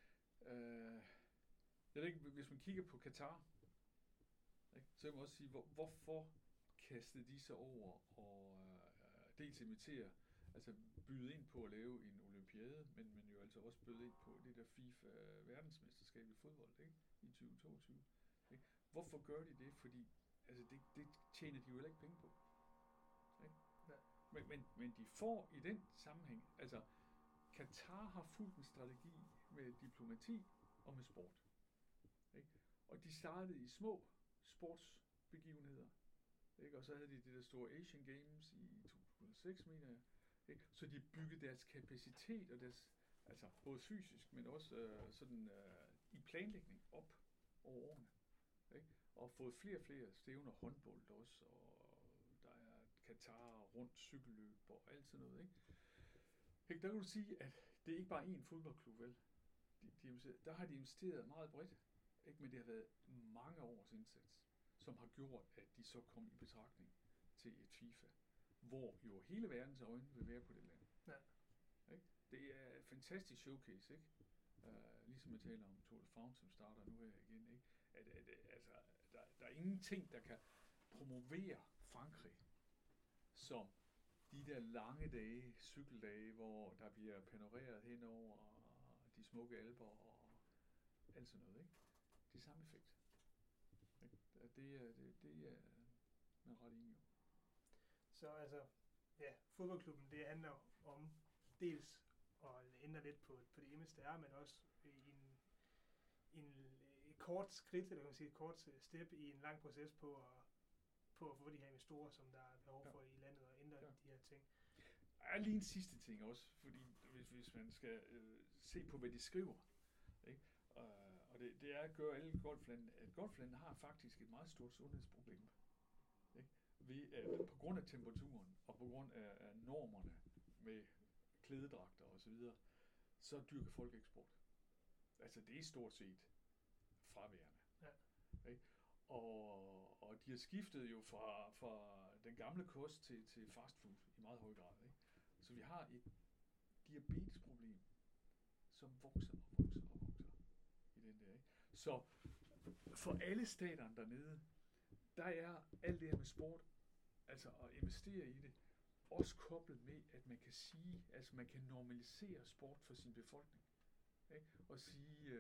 Jeg ved ikke, hvis man kigger på Katar, ikke, så kan man også sige, hvorfor kastede de sig over og dels invitere, altså byde ind på at lave en olympiade, men jo altså også byde ind på det der FIFA verdensmesterskab i fodbold, ikke, i 2022. Ikke? Hvorfor gør de det? Fordi altså det tjener de jo heller ikke penge på. Ikke? Ja. Men de får i den sammenhæng, altså Katar har fulgt en strategi med diplomati og med sport. Ikke? Og de startede i små sportsbegivenheder. Ikke? Og så havde de det der store Asian Games i 2006, mener jeg. Ikke? Så de byggede deres kapacitet og deres, altså både fysisk, men også i planlægning op over årene. Ikke? Og fået flere stævner håndbold også, og der er Katar rundt cykelløb og alt sådan noget. Ikke? Der kan du sige, at det er ikke bare én fodboldklub, vel? Der har de investeret meget bredt, ikke? Men det har været mange års indsats, som har gjort, at de så kom i betragtning til et FIFA, hvor jo hele verdens øjne vil være på det land. Ja. Ikke? Det er et fantastisk showcase, ikke? Ligesom jeg taler om Tour de France, som starter nu her igen, ikke? Altså, der er ingenting, der kan promovere Frankrig som de der lange dage, cykeldage, hvor der bliver panoreret hen over de smukke alper og alt sådan noget, ikke? Det er samme effekt. Ikke? Det er man ret enig om. Så altså, ja, fodboldklubben, det handler om dels at ændre lidt på det image, der er, men også i et kort skridt, eller kan man sige et kort step i en lang proces på at få de her investorer, som der er behov for i landet, og ændre de her ting. Der er lige en sidste ting også, fordi hvis man skal se på, hvad de skriver, ikke? Og det er at gøre alle golflande, at golflande har faktisk et meget stort sundhedsproblem. Ikke? På grund af temperaturen, og på grund af normerne med klædedragter og så videre, så dyrker folk eksport. Altså det er stort set fraværende. Ja. Ikke? Og de har skiftet jo fra den gamle kost til fastfood i meget høj grad. Ikke? Så vi har et diabetesproblem, som vokser i den der. Ikke? Så for alle staterne dernede, der er alt det her med sport, altså at investere i det, også koblet med, at man kan sige, altså man kan normalisere sport for sin befolkning. Ikke? Og sige,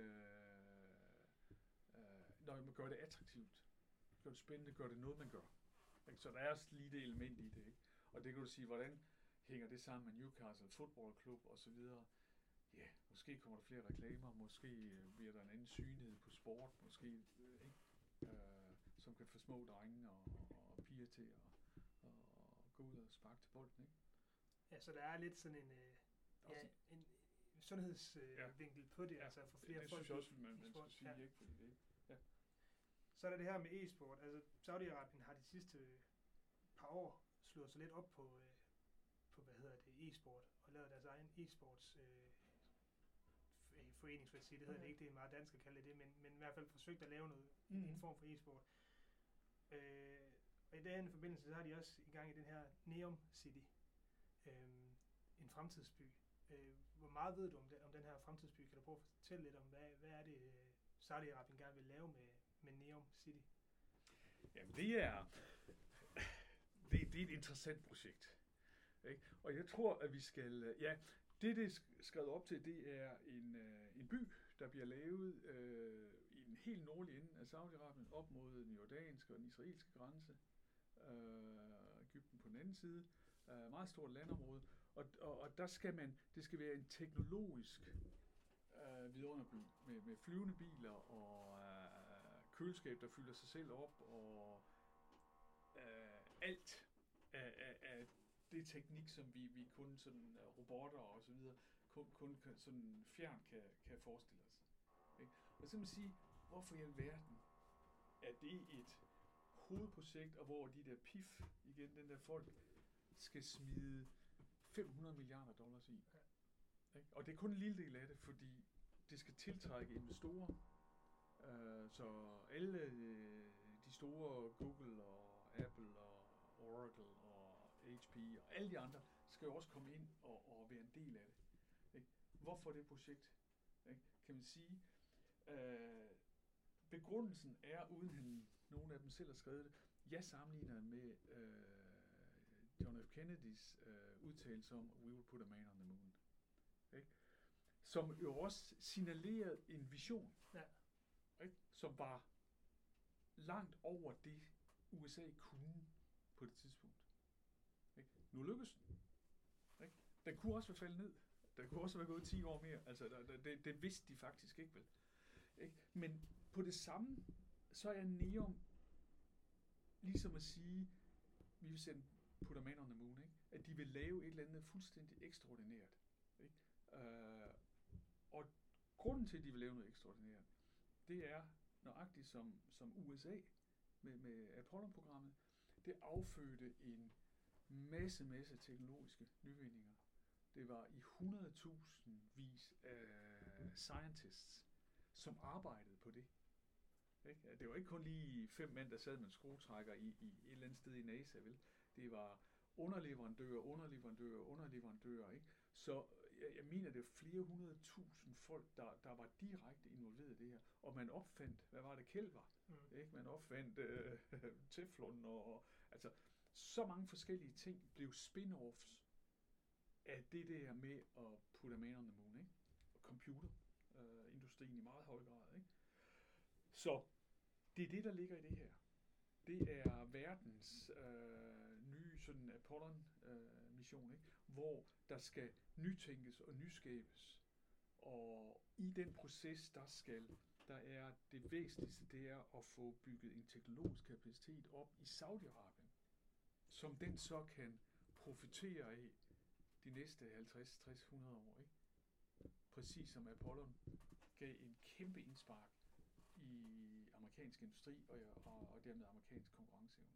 når man gør det attraktivt, gør det spændende, gør det noget, man gør. Ikke? Så der er også lige det element i det. Ikke? Og det kan du sige, hvordan hænger det sammen med Newcastle Football Club og så videre. Ja, måske kommer der flere reklamer, måske bliver der en anden synlighed på sport, måske, ikke? Som kan få små drenge og piger til at gå ud og sparke til bolden, ikke? Ja, så der er lidt sådan en sundhedsvinkel på det, altså for flere det folk. Det synes jeg også, man skal sige, ikke? Fordi det, ja. Så er der det her med e-sport. Altså Saudi-Arabien har de sidste par år slået sig lidt op på e-sport og lavet deres egen e-sports forening, vil sige. Det hedder det ikke, det er meget dansk at kalde det, men i hvert fald forsøgt at lave noget, en form for e-sport. Og i den forbindelse, så har de også i gang i den her Neom City, en fremtidsby. Hvor meget ved du om den her fremtidsby? Kan du prøve at fortælle lidt om, hvad er det, Saudi-Arabien gerne vil lave med Neom City? Jamen det er et interessant projekt. Ikke? Og jeg tror, at vi skal... Ja, det er skrevet op til, det er en by, der bliver lavet i den helt nordlige ende af Saudi-Arabien, op mod den jordanske og den israelske grænse. Egypten på den anden side. Meget stort landområde. Og der skal det skal være en teknologisk vidunderby med flyvende biler og køleskab, der fylder sig selv op, og alt af det teknik, som vi kun sådan robotter og så videre, kun sådan fjern kan forestille os. Ikke? Og så kan man sige, hvorfor i alverden er det et hovedprojekt, og hvor de der PIF, igen den der folk, skal smide $500 milliarder i. Ikke? Og det er kun en lille del af det, fordi det skal tiltrække investorer. Så alle de store, Google og Apple og Oracle og HP og alle de andre, skal jo også komme ind og være en del af det. Ikke? Hvorfor det projekt? Ikke? Kan man sige, begrundelsen er, uden nogen af dem selv har skrevet det, jeg sammenligner med John F. Kennedys udtalelse om, we will put a man on the moon. Ikke? Som jo også signalerede en vision, ikke? Som var langt over det, USA kunne på det tidspunkt. Ikke? Nu lykkedes den. Ikke? Den kunne også være faldet ned. Der kunne også være gået 10 år mere. Altså, det vidste de faktisk ikke, vel? Ikke? Men på det samme, så er Neom ligesom at sige, vi vil sende put a man on the moon, ikke? At de vil lave et eller andet fuldstændig ekstraordinært. Ikke? Og grunden til, at de vil lave noget ekstraordinært, det er nøjagtigt som USA med Apollo-programmet, det affødte en masse teknologiske nyvindinger. Det var i 100.000 vis af scientists, som arbejdede på det. Ikke? Det var ikke kun lige 5 mænd, der sad med en skruetrækker i et eller andet sted i NASA, vel? Det var underleverandører, ikke? Så jeg mener, det er flere 100.000 folk, der var direkte involveret i det her. Og man opfandt, hvad var det, kælver? Ikke? Man opfandt teflon og altså så mange forskellige ting blev spin-offs af det der med at put a man on the moon, ikke? Og computerindustrien i meget høj grad, ikke? Så det er det, der ligger i det her. Det er verdens nye sådan Apollon-mission, ikke? Hvor der skal nytænkes og nyskabes. Og i den proces, der er det væsentligste, det er at få bygget en teknologisk kapacitet op i Saudi-Arabien, som den så kan profitere af de næste 50-60-100 år, ikke? Præcis som Apollon gav en kæmpe indspark i amerikansk industri og dermed amerikansk konkurrenceevne.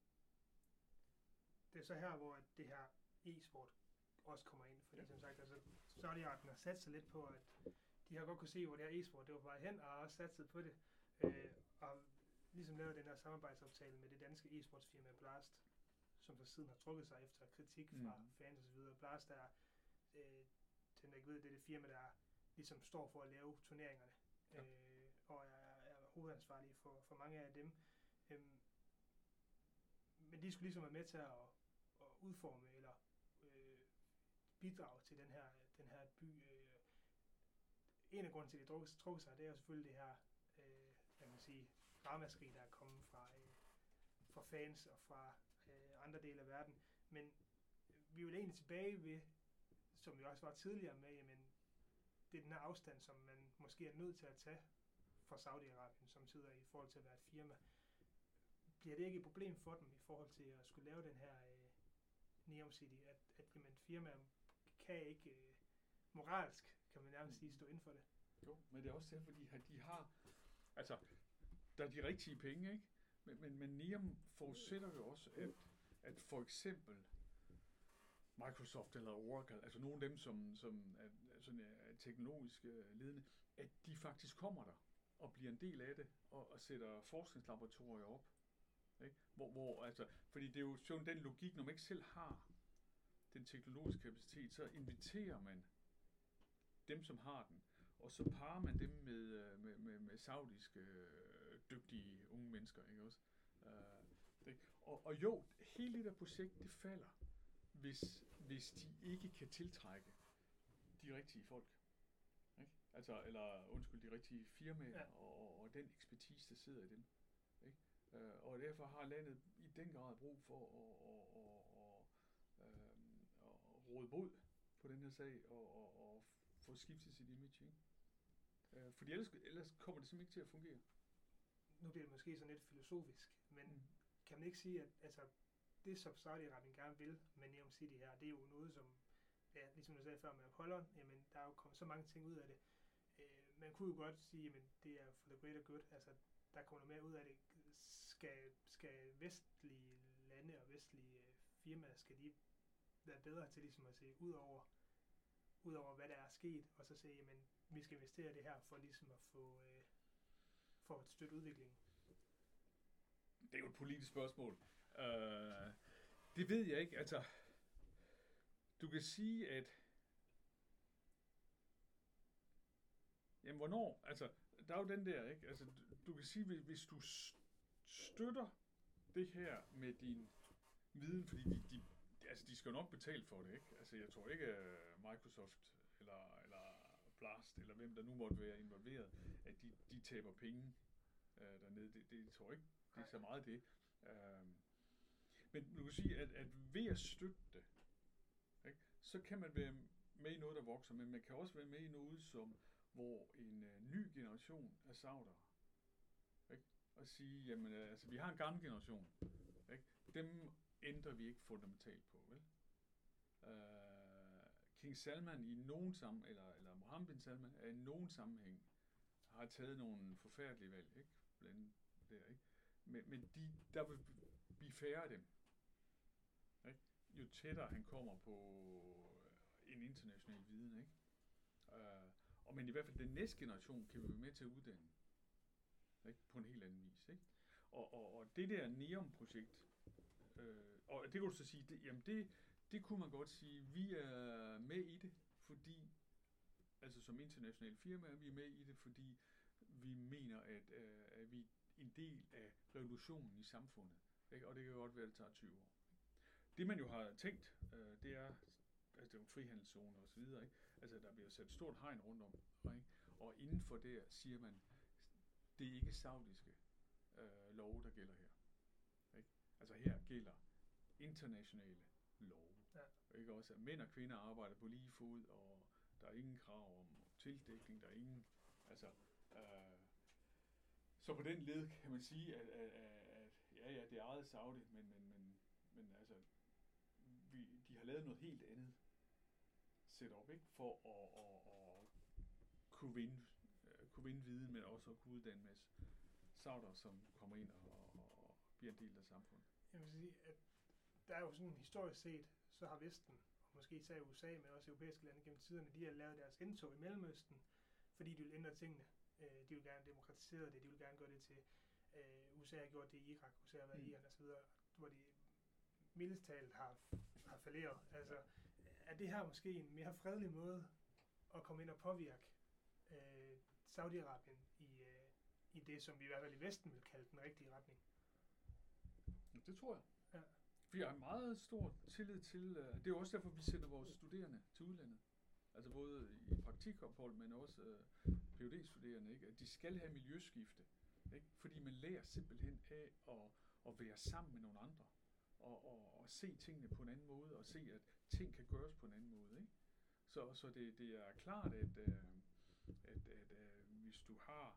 Det er så her, hvor det her e-sport også kommer ind, fordi som sagt, altså Saudi-Arabien har sat sig lidt på, at de har godt kunne se, hvor det her e-sport det var på vej hen, og også satset på det, og ligesom lavet den her samarbejdsaftale med det danske e-sportsfirma Blast, som så siden har trukket sig efter kritik fra fans og så videre. Blast er, til der ikke ved, det er det firma, der ligesom står for at lave turneringerne, og er hovedansvarlige for mange af dem. Men de skulle ligesom være med til at udforme eller bidrage til den her by. En af grunden til, at det trukket sig, det er jo selvfølgelig det her, kan man sige, ramaskrig, der er kommet fra fans og fra andre dele af verden. Men vi vil egentlig tilbage ved, som vi også var tidligere med, jamen, det er den her afstand, som man måske er nødt til at tage fra Saudi-Arabien, som sidder i forhold til at være et firma. Bliver det ikke et problem for dem i forhold til at skulle lave den her Neom City, at jamen, firmaer kan ikke moralsk, kan man nærmest sige, stå inden for det? Jo, men det er også det, fordi de har, altså, der er de rigtige penge, ikke? Men Neom forudsætter jo også, at for eksempel Microsoft eller Oracle, altså nogle af dem, som er teknologisk ledende, at de faktisk kommer der og bliver en del af det og sætter forskningslaboratorier op. Ikke? Hvor, altså, fordi det er jo sådan den logik, når man ikke selv har den teknologiske kapacitet, så inviterer man dem, som har den, og så parer man dem med saudiske dygtige unge mennesker, ikke også? Og jo, hele det der projekt, det falder, hvis de ikke kan tiltrække de rigtige folk. Ikke? Altså, de rigtige firmaer og den ekspertise, der sidder i dem. Ikke? Og derfor har landet i den grad brug for at råde bod på den her sag og få skiftet sit image. Ikke? Fordi ellers kommer det simpelthen ikke til at fungere. Nu bliver det måske sådan lidt filosofisk, men kan man ikke sige, at altså, det, som Saudi-Arabien gerne vil med Neom City her, det er jo noget, som, ja, ligesom du sagde før med Apollon, jamen, der er jo kommet så mange ting ud af det. Man kunne jo godt sige, at det er for the greater good, altså, der kommer noget mere ud af det. Skal vestlige lande og vestlige firmaer, skal de være bedre til ligesom at se ud over hvad der er sket, og så sige, jamen, vi skal investere det her for ligesom at for at støtte udviklingen? Det er jo et politisk spørgsmål. Det ved jeg ikke. Altså, du kan sige, at jamen, hvornår? Altså, der er jo den der, ikke? Altså, du kan sige, hvis du støtter det her med din viden, fordi de skal jo nok betale for det, ikke? Altså, jeg tror ikke, Microsoft eller Blast, eller hvem der nu måtte være involveret, at de taber penge dernede. Det tror jeg ikke. Det er så meget det. Men du kan sige, at ved at støtte det, ikke, så kan man være med i noget, der vokser, men man kan også være med i noget, hvor en ny generation af sauder, ikke, og sige, jamen, altså, vi har en gammel generation, ikke, dem ændrer vi ikke fundamentalt på, vel? King Salman i nogen sammenhæng, eller Mohammed bin Salman er i nogen sammenhæng, har taget nogle forfærdelige valg, ikke? Blandt der, ikke? Men der vil blive færre af dem. Ikke? Jo tættere han kommer på en international viden. Ikke? Men i hvert fald den næste generation kan vi være med til at uddanne. Ikke? På en helt anden vis. Ikke? Og det der Neom-projekt, og det kan du så sige, det kunne man godt sige, vi er med i det, fordi, altså som international firma, vi er med i det, fordi vi mener, at vi en del af revolutionen i samfundet. Ikke? Og det kan godt være, at det tager 20 år. Det man jo har tænkt, det er, altså det er jo frihandelszone og så videre, ikke? Altså der bliver sat et stort hegn rundt om, ikke? Og inden for det siger man, det er ikke saudiske love, der gælder her. Ikke? Altså her gælder internationale love. Ja. Ikke? Også at mænd og kvinder arbejder på lige fod, og der er ingen krav om tildækning, der er ingen, altså så på den led kan man sige, at ja, det er ejet Saudi, men altså, de har lavet noget helt andet setup, ikke? For at kunne vinde viden, men også at kunne uddanne en masse sauder, som kommer ind og bliver en del af samfundet. Jeg vil sige, at der er jo sådan historisk set, så har Vesten, og måske især USA, men også europæiske lande gennem tiderne, de har lavet deres indtog i Mellemøsten, fordi de vil ændre tingene. De vil gerne demokratisere det, de vil gerne gøre det til USA har gjort det i Irak, USA har været i Iran osv., hvor de mildest talt har falderet. Altså, er det her måske en mere fredelig måde at komme ind og påvirke Saudi-Arabien i det, som vi i hvert fald i Vesten vil kalde den rigtige retning? Det tror jeg. Ja. Vi har meget stor tillid til, det er også derfor, vi sender vores studerende til udlandet. Altså både i praktikophold, men også PhD-studerende, ikke? At de skal have miljøskifte, ikke? Fordi man lærer simpelthen af at være sammen med nogle andre, og se tingene på en anden måde, og se, at ting kan gøres på en anden måde, ikke? Så det er klart, at hvis du har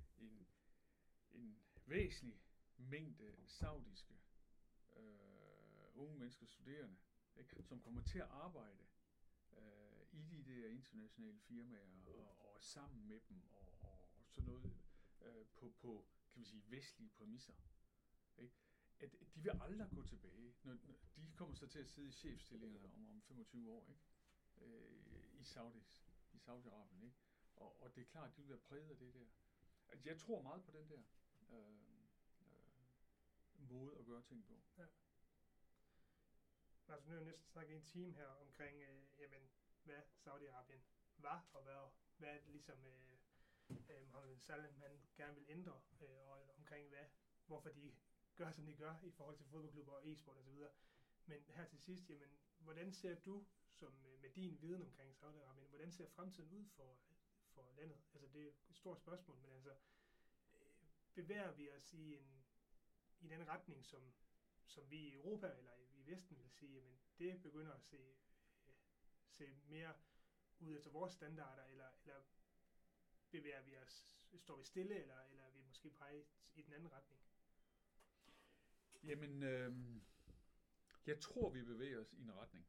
en væsentlig mængde saudiske unge mennesker, studerende, ikke, som kommer til at arbejde i de der internationale firmaer og sammen med dem og sådan noget på kan vi sige vestlige præmisser, ikke? At de vil aldrig gå tilbage, når de kommer så til at sidde i chefstillingerne om 25 år, ikke? I Saudi-Arabien, ikke? Og det er klart, at de vil være præget af det der. Altså, jeg tror meget på den der måde at gøre ting på. Ja. Altså, nu har jeg næsten snakket en time her omkring, hvad Saudi-Arabien var, og hvad det ligesom Mohammed bin Salman han gerne vil ændre, og omkring hvorfor de gør, som de gør i forhold til fodboldklubber og e-sport osv. Men her til sidst, hvordan ser du, som med din viden omkring Saudi-Arabien, hvordan ser fremtiden ud for landet? Altså, det er et stort spørgsmål, men altså, bevæger vi os i den retning, som vi i Europa eller i Vesten vil sige, men det begynder at se mere ud efter vores standarder, eller bevæger vi os, står vi stille, eller er vi måske pege i den anden retning? Jamen, jeg tror, vi bevæger os i en retning,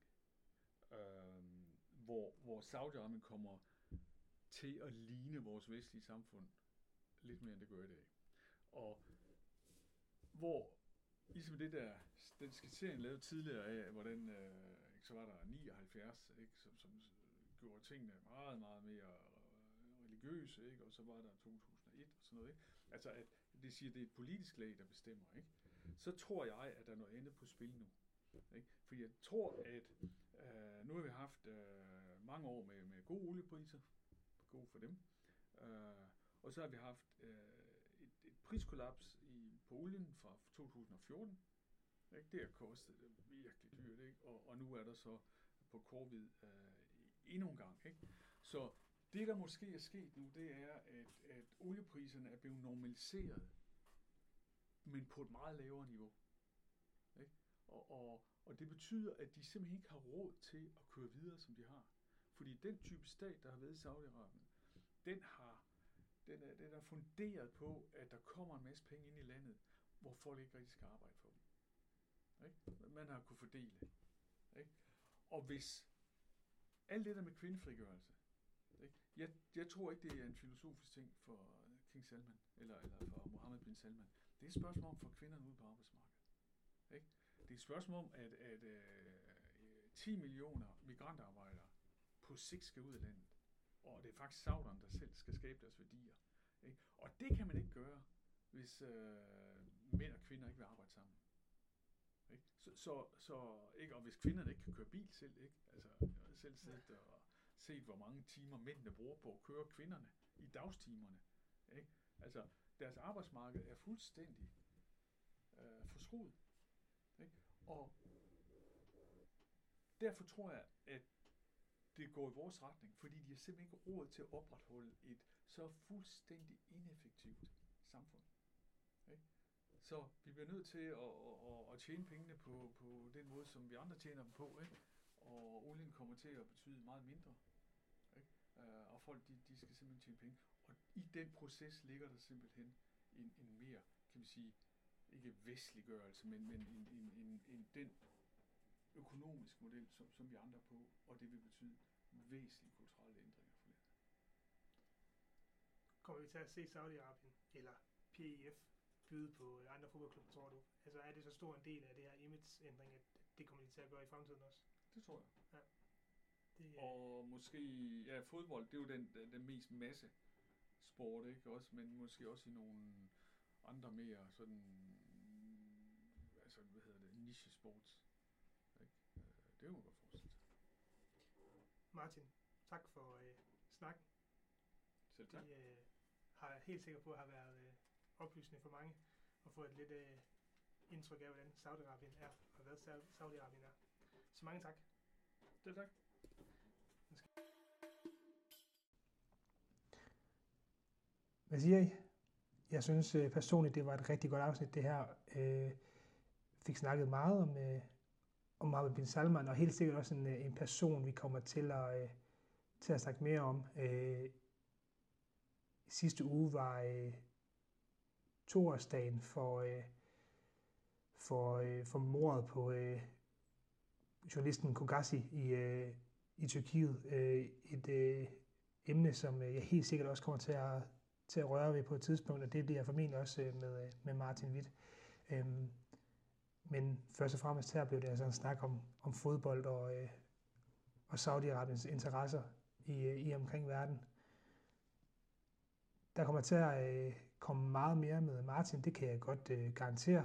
hvor Saudi-Arabien kommer til at ligne vores vestlige samfund lidt mere, end det gør i dag. Og hvor, ligesom den skitsering lavede tidligere af, hvordan så var der 79, ikke, som gjorde tingene meget, meget mere religiøse, ikke, og så var der 2001 og sådan noget, ikke? Altså, at det siger, at det er et politisk lag, der bestemmer, ikke? Så tror jeg, at der er noget andet på spil nu, ikke? Fordi jeg tror, at nu har vi haft mange år med gode oliepriser, gode for dem, og så har vi haft et priskollaps på olien fra 2014. Ikke? Det har kostet virkelig dyrt, ikke? Og nu er der så på Corvid endnu en gang. Ikke? Så det, der måske er sket nu, det er, at oliepriserne er blevet normaliseret, men på et meget lavere niveau. Ikke? Og det betyder, at de simpelthen ikke har råd til at køre videre, som de har. Fordi den type stat, der har været i Saudi-Arabien, den er funderet på, at der kommer en masse penge ind i landet, hvor folk ikke rigtig skal arbejde for dem. Ikke? Man har kunnet fordele. Ikke? Og hvis alt det der med kvindefrigørelse, ikke? Jeg tror ikke, det er en filosofisk ting for King Salman, eller for Mohammed bin Salman. Det er et spørgsmål om at få kvinderne ud på arbejdsmarkedet. Ikke? Det er et spørgsmål om, at 10 millioner migrantarbejdere på sigt skal ud af landet. Og det er faktisk sauderne, der selv skal skabe deres værdier. Ikke? Og det kan man ikke gøre, hvis mænd og kvinder ikke vil arbejde sammen. Ikke? Så ikke? Og hvis kvinderne ikke kan køre bil selv, ikke? Altså, jeg har selv siddet og set, hvor mange timer mændene bruger på at køre kvinderne i dagstimerne. Ikke? Altså, deres arbejdsmarked er fuldstændig forskruet. Ikke? Og derfor tror jeg, at det går i vores retning, fordi de har simpelthen ikke råd til at opretholde et så fuldstændig ineffektivt samfund. Ikke? Så vi bliver nødt til at tjene pengene på den måde, som vi andre tjener dem på, ikke? Og olien kommer til at betyde meget mindre. Ikke? Og folk, de skal simpelthen tjene penge. Og i den proces ligger der simpelthen en mere, kan vi sige, ikke vestliggørelse, men den økonomisk model, som vi andre er på, og det vil betyde væsentlige kulturelle ændringer for landet. Kommer vi til at se Saudi-Arabien eller PIF byde på andre fodboldklubber, tror du? Altså er det så stor en del af det her image-ændring, at det kommer de til at gøre i fremtiden også? Det tror jeg. Ja. Det, og måske, ja, fodbold, det er jo den mest masse sport, ikke også? Men måske også i nogle andre mere sådan, altså niche sports. Ikke? Det må man godt forestille sig. Martin, tak for snakken. Selv tak. Det har jeg helt sikker på har været oplysende for mange at få et lidt indtryk af, hvordan Saudi-Arabien er og hvad Saudi-Arabien er. Så mange tak. Selv tak. Hvad siger I? Jeg synes personligt, det var et rigtig godt afsnit, det her. Fik snakket meget om Mohammed bin Salman, og helt sikkert også en person, vi kommer til at snakke mere om. Sidste uge var 2-årsdagen for mordet på journalisten Khomeini i Tyrkiet. Et emne, som jeg helt sikkert også kommer til at røre ved på et tidspunkt, og det bliver formentlig også med Martin Witt. Men først og fremmest her blev det altså en snak om fodbold og Saudi-Arabiens interesser i omkring verden. Der kommer til at komme meget mere med Martin, det kan jeg godt garantere,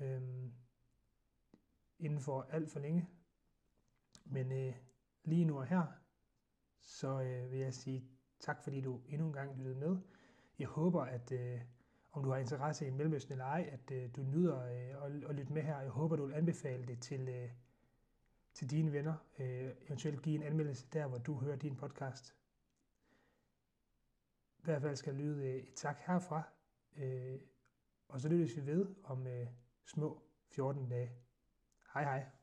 inden for alt for længe. Men lige nu og her, så vil jeg sige tak, fordi du endnu en gang lyttede med. Jeg håber, at om du har interesse i Mellemøsten eller ej, at du nyder at lytte med her. Jeg håber, du vil anbefale det til dine venner. Eventuelt give en anmeldelse der, hvor du hører din podcast. I hvert fald skal lyde et tak herfra. Og så lyttes vi ved om små 14 dage. Hej hej.